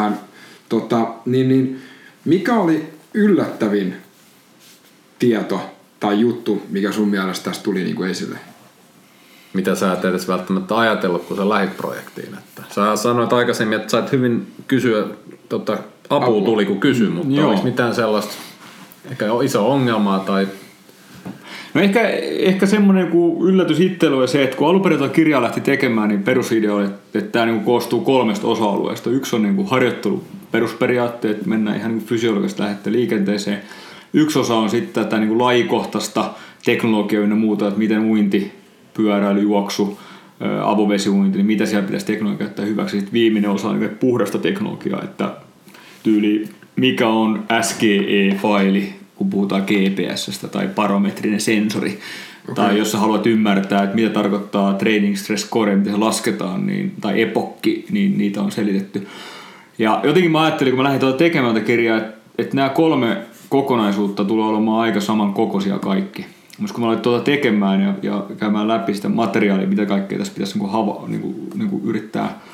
Mikä oli yllättävin tieto tai juttu, mikä sun mielestä tästä tuli niinku esille? Mitä sä et edes välttämättä ajatellut, kun sä lähdit projektiin? Että sä sanoit aikaisemmin, että sä et hyvin kysyä, apua tuli kun kysyi, mutta oliko mitään sellaista ehkä iso ongelmaa tai... No ehkä semmoinen yllätys itselle on se, että kun alun perin kirjaa lähti tekemään, niin perusidea oli, että tämä koostuu 3 osa-alueesta. Yksi on harjoittelu perusperiaatteet, mennään ihan fysiologisesti lähdettä liikenteeseen. Yksi osa on sitten tätä lajikohtaista teknologiaa ja muuta, että miten uinti, pyöräily, juoksu, avovesiuinti, niin mitä siellä pitäisi teknologiaa käyttää hyväksi. Sitten viimeinen osa on puhdasta teknologiaa, että tyyli mikä on SGE-faili, kun puhutaan GPS:stä tai barometrinen sensori. Okay. Tai jos sä haluat ymmärtää, että mitä tarkoittaa training stress score, miten se lasketaan, tai epokki, niin niitä on selitetty. Ja jotenkin mä ajattelin, kun mä lähdin tekemään tätä kirjaa, että nämä 3 kokonaisuutta tulee olemaan aika samankokoisia kaikki. Mutta kun mä aloin tekemään ja käymään läpi sitä materiaalia, mitä kaikkea tässä pitäisi yrittää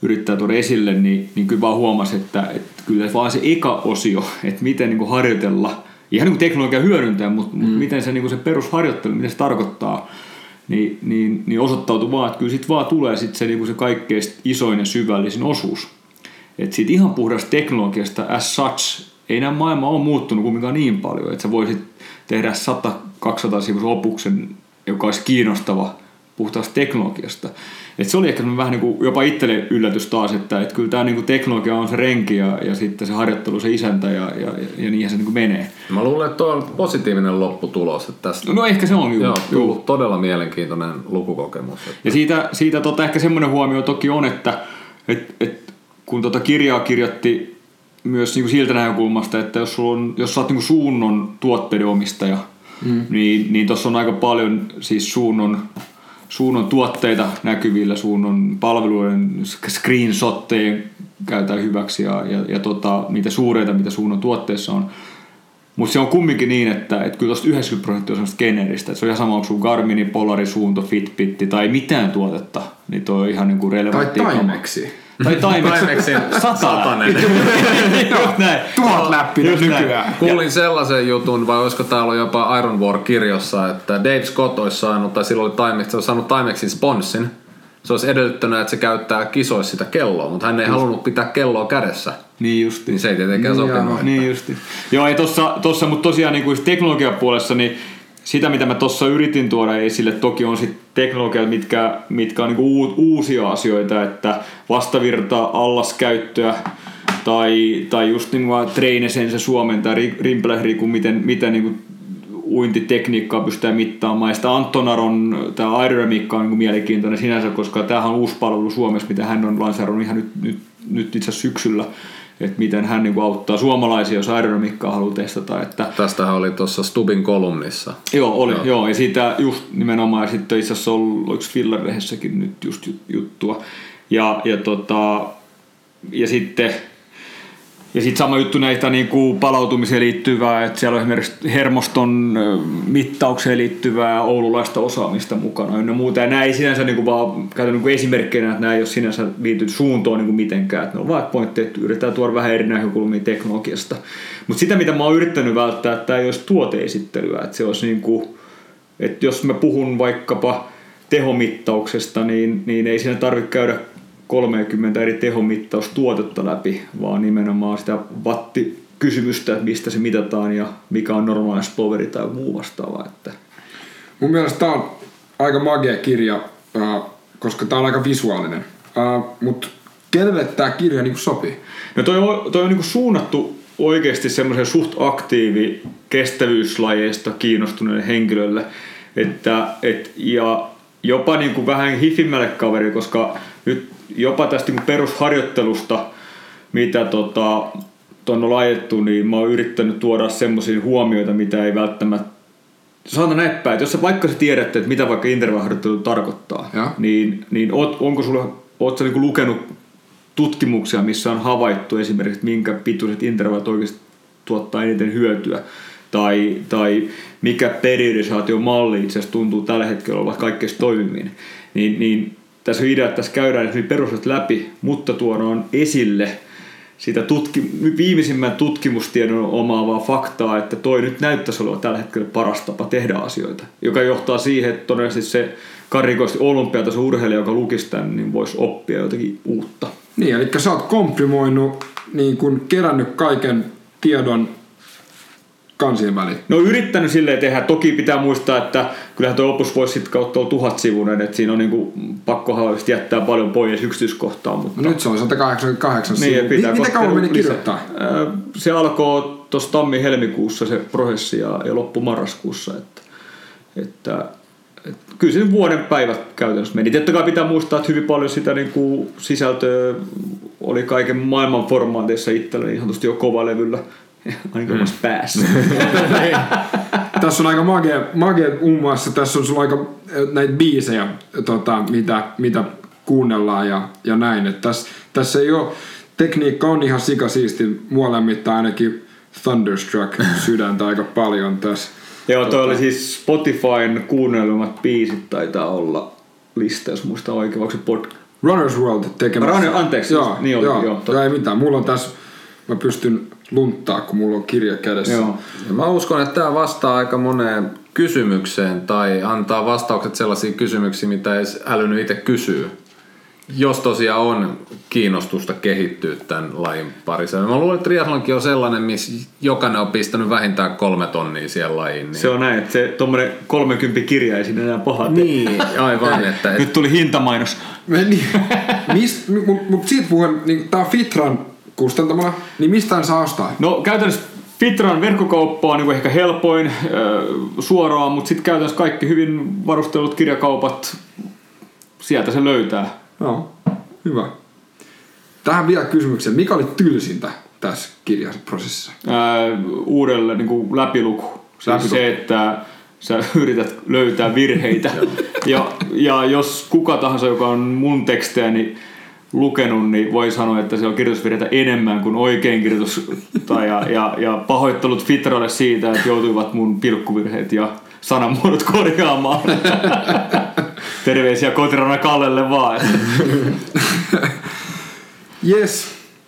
yrittää tuoda esille, niin kyllä vaan huomasi, että kyllä vaan se eka osio, että miten niin kuin harjoitella, ihan niin kuin teknologia hyödyntää, mutta miten se, niin kuin se perusharjoittelu, mitä se tarkoittaa, niin osoittautui vaan, että kyllä sit vaan tulee sit se, niin kuin se kaikkein isoin ja syvällisin osuus. Että siitä ihan puhdasta teknologiasta as such, ei nämä maailma ole muuttunut kumminkaan niin paljon, että sä voisit tehdä 100-200 sivuisen opuksen, joka olisi kiinnostava puhtaasta teknologiasta. Et se oli ehkä vähän niin kuin jopa itselle yllätys taas, että kyllä tämä niin kuin teknologia on se renki ja sitten se harjoittelu se isäntä ja niinhän se niin kuin menee. Mä luulen, että tuo on positiivinen lopputulos. Että tästä no ehkä se on. Joo, tullut todella mielenkiintoinen lukukokemus. Että. Ja siitä ehkä semmoinen huomio toki on, että kun kirjaa kirjoitti myös niin kuin siltä näkökulmasta, että jos sä oot niin kuin suunnon tuotteiden omistaja, niin tuossa on aika paljon siis suunnon tuotteita näkyvillä, suunnon palveluiden screenshotteja käytetään hyväksi ja niitä suureita, mitä suunnon tuotteessa on. Mutta se on kumminkin niin, että kyllä tuosta 90% on semmoista geneeristä. Että se on ihan sama, onko sun Garmini, Polari, Suunto, Fitbit tai mitään tuotetta, niin toi on ihan niinku relevantti. Tai Timeksi. Tai Timexin 100. 1000 läppinen nykyään. Kuulin sellaisen jutun, vai olisiko täällä ollut jopa Iron War-kirjossa, että Dave Scott olisi saanut, tai silloin oli Timex, olisi saanut Timexin sponssin. Se olisi edellyttänyt, että se käyttää kisoissa sitä kelloa, mutta hän ei halunnut pitää kelloa kädessä. Niin justi. Niin se ei tietenkään sopinut. Niin justi. Joo, ei tossa, mutta tosiaan niin kuin teknologiapuolessa, niin sitä mitä mä tossa yritin tuoda esille, toki on sitten teknologiat, mitkä on niin kuin uusia asioita, että vastavirta, allaskäyttöä, tai just niin kuin Trainesensä Suomen tai Rimpelä-Riku, miten niin kuin uintitekniikkaa pystytään mittaamaan. Ja sitä Antonaron, tämä aerodynamiikka on niin kuin mielenkiintoinen sinänsä, koska tämähän on uusi palvelu Suomessa, mitä hän on lanseerannut ihan nyt itse asiassa syksyllä. Että miten hän niin kuin auttaa suomalaisia, jos aerodynamiikkaa haluaa testata. Että tästähän oli tuossa Stubin kolumnissa. Joo, oli. Joo. Ja siitä just nimenomaan, ja sitten itse asiassa oliko Filler-lehdessäkin nyt just juttua. Ja sitten sama juttu näitä niin kuin palautumiseen liittyvää, että siellä on esimerkiksi hermoston mittaukseen liittyvää oululaista osaamista mukana ynnä muuta. Ja nämä ei sinänsä niin kuin vaan käytä niin esimerkkinä, että nämä ei ole sinänsä liity suuntoon niin kuin mitenkään. Että ne on vaan pointteja, että yritetään tuoda vähän eri näkökulmia teknologiasta. Mutta sitä, mitä mä oon yrittänyt välttää, että tämä ei olisi tuoteesittelyä. Että se olisi niin kuin, että jos mä puhun vaikkapa tehomittauksesta, niin ei siinä tarvitse käydä 30 eri tehomittaustuotetta läpi, vaan nimenomaan sitä wattikysymystä, että mistä se mitataan ja mikä on normaali sploveri tai muu vastaava. Mun mielestä tämä on aika magia kirja, koska tämä on aika visuaalinen, mutta kenelle tämä kirja niin sopii? No toi on niin suunnattu oikeasti semmoisen suht aktiivi kestävyyslajeista kiinnostuneille henkilöille, ja jopa niin kuin vähän hifimmälle kaveri, koska nyt jopa tästä niin perusharjoittelusta, mitä on laitettu, niin mä oon yrittänyt tuoda semmoisia huomioita, mitä ei välttämättä sanotaan näin päin, että jos vaikka sä tiedätte, että mitä vaikka intervalliharjoittelu tarkoittaa, niin oot sä niin kuin lukenut tutkimuksia, missä on havaittu esimerkiksi, että minkä pituiset intervallit oikeasti tuottaa eniten hyötyä, tai mikä periodisaatiomalli itse asiassa tuntuu tällä hetkellä olevan kaikkein toimivin, niin tässä on idea, että tässä käydään perustat läpi, mutta tuodaan esille sitä viimeisimmän tutkimustiedon omaavaa faktaa, että toi nyt näyttäisi olevan tällä hetkellä paras tapa tehdä asioita, joka johtaa siihen, että todennäköisesti se karrikoisesti olympiatason urheilija, joka lukisi tämän, niin voisi oppia jotakin uutta. Niin, eli sä oot komprimoinut, niin kun kerännyt kaiken tiedon kansien väliin. No yrittänyt silleen tehdä. Toki pitää muistaa, että kyllähän tuo opus voisi sitten kautta olla 1000-sivuinen, että siinä on niinku pakko haluaisi jättää paljon pois yksityiskohtaa. Mutta no nyt se on 188 sivua. Mitä kauan meni kirjoittaa? Se alkoi tuossa tammi-helmikuussa se prosessi ja loppui marraskuussa. Että kyllä se vuoden päivät käytännössä meni. Tiettä kai pitää muistaa, että hyvin paljon sitä niinku sisältöä oli kaiken maailman formaateissa itsellä ihan tosti jo kovalevyllä. Ainakin omassa päässä. Tässä on aika magia muun muassa. Tässä on sulla aika näitä biisejä, mitä kuunnellaan ja näin. Et tässä ei ole, tekniikka on ihan sikasiisti. Molemmita ainakin Thunderstruck sydäntä aika paljon tässä. Joo, toi oli siis Spotifyn kuunnelmat biisit taitaa olla lista, jos muistan oikein, vaikka se Runner's World tekemässä. Anteeksi, joo, niin oli. Joo, ei mitään. Mulla on tässä, mä pystyn lunttaa, kun mulla on kirja kädessä. Joo. Ja mä uskon, että tää vastaa aika moneen kysymykseen tai antaa vastaukset sellaisiin kysymyksiin, mitä ei älynyt itse kysyä. Jos tosiaan on kiinnostusta kehittyä tämän lajin parissa. Mä luulen, että triathlonkin on sellainen, missä jokainen on pistänyt vähintään 3 tonnia siihen lajiin. Niin. Se on näin, että se tommonen 30 kirja ei sinne enää paha. Niin, aivan. Että nyt tuli hintamainos. Mutta siitä puhuen, niin tää on Fitran kustantamana, niin mistä saa ostaa? No käytännössä Fitran verkkokauppa on niin ehkä helpoin suoraan, mutta sitten käytännössä kaikki hyvin varustellut kirjakaupat, sieltä se löytää. Joo, hyvä. Tähän vielä kysymykseen. Mikä oli tylsintä tässä kirjaprosessissa? Uudelle niin kuin läpiluku. Siis se, että sä yrität löytää virheitä. ja jos kuka tahansa, joka on mun tekstejäni lukenut, niin voi sanoa, että se on kirjoitusvirheitä enemmän kuin oikein kirjoitus. ja pahoittelut Fitralle siitä, että joutuivat mun pilkkuvirheet ja sanamuodot korjaamaan. Terveisiä kotirana Kallelle vaan. Yes.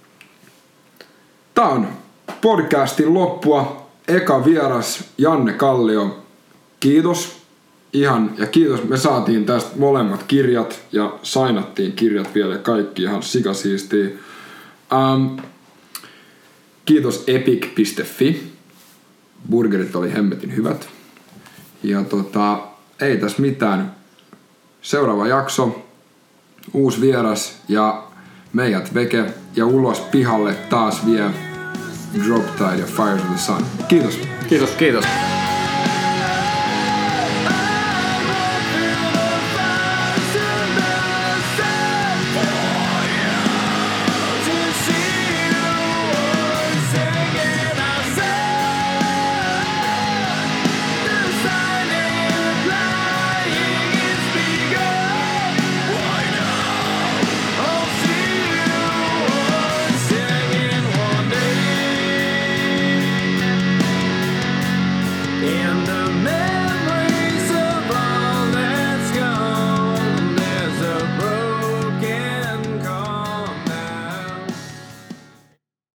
Tää on podcastin loppua. Eka vieras Janne Kallio. Kiitos. Ja kiitos. Me saatiin tästä molemmat kirjat ja sainattiin kirjat vielä kaikki ihan sikasiistiin. Kiitos epic.fi. Burgerit oli hemmetin hyvät. Ja ei tässä mitään. Seuraava jakso, uusi vieras ja meidät veke ja ulos pihalle taas vie Drop Tide ja Fires of the Sun. Kiitos. Kiitos.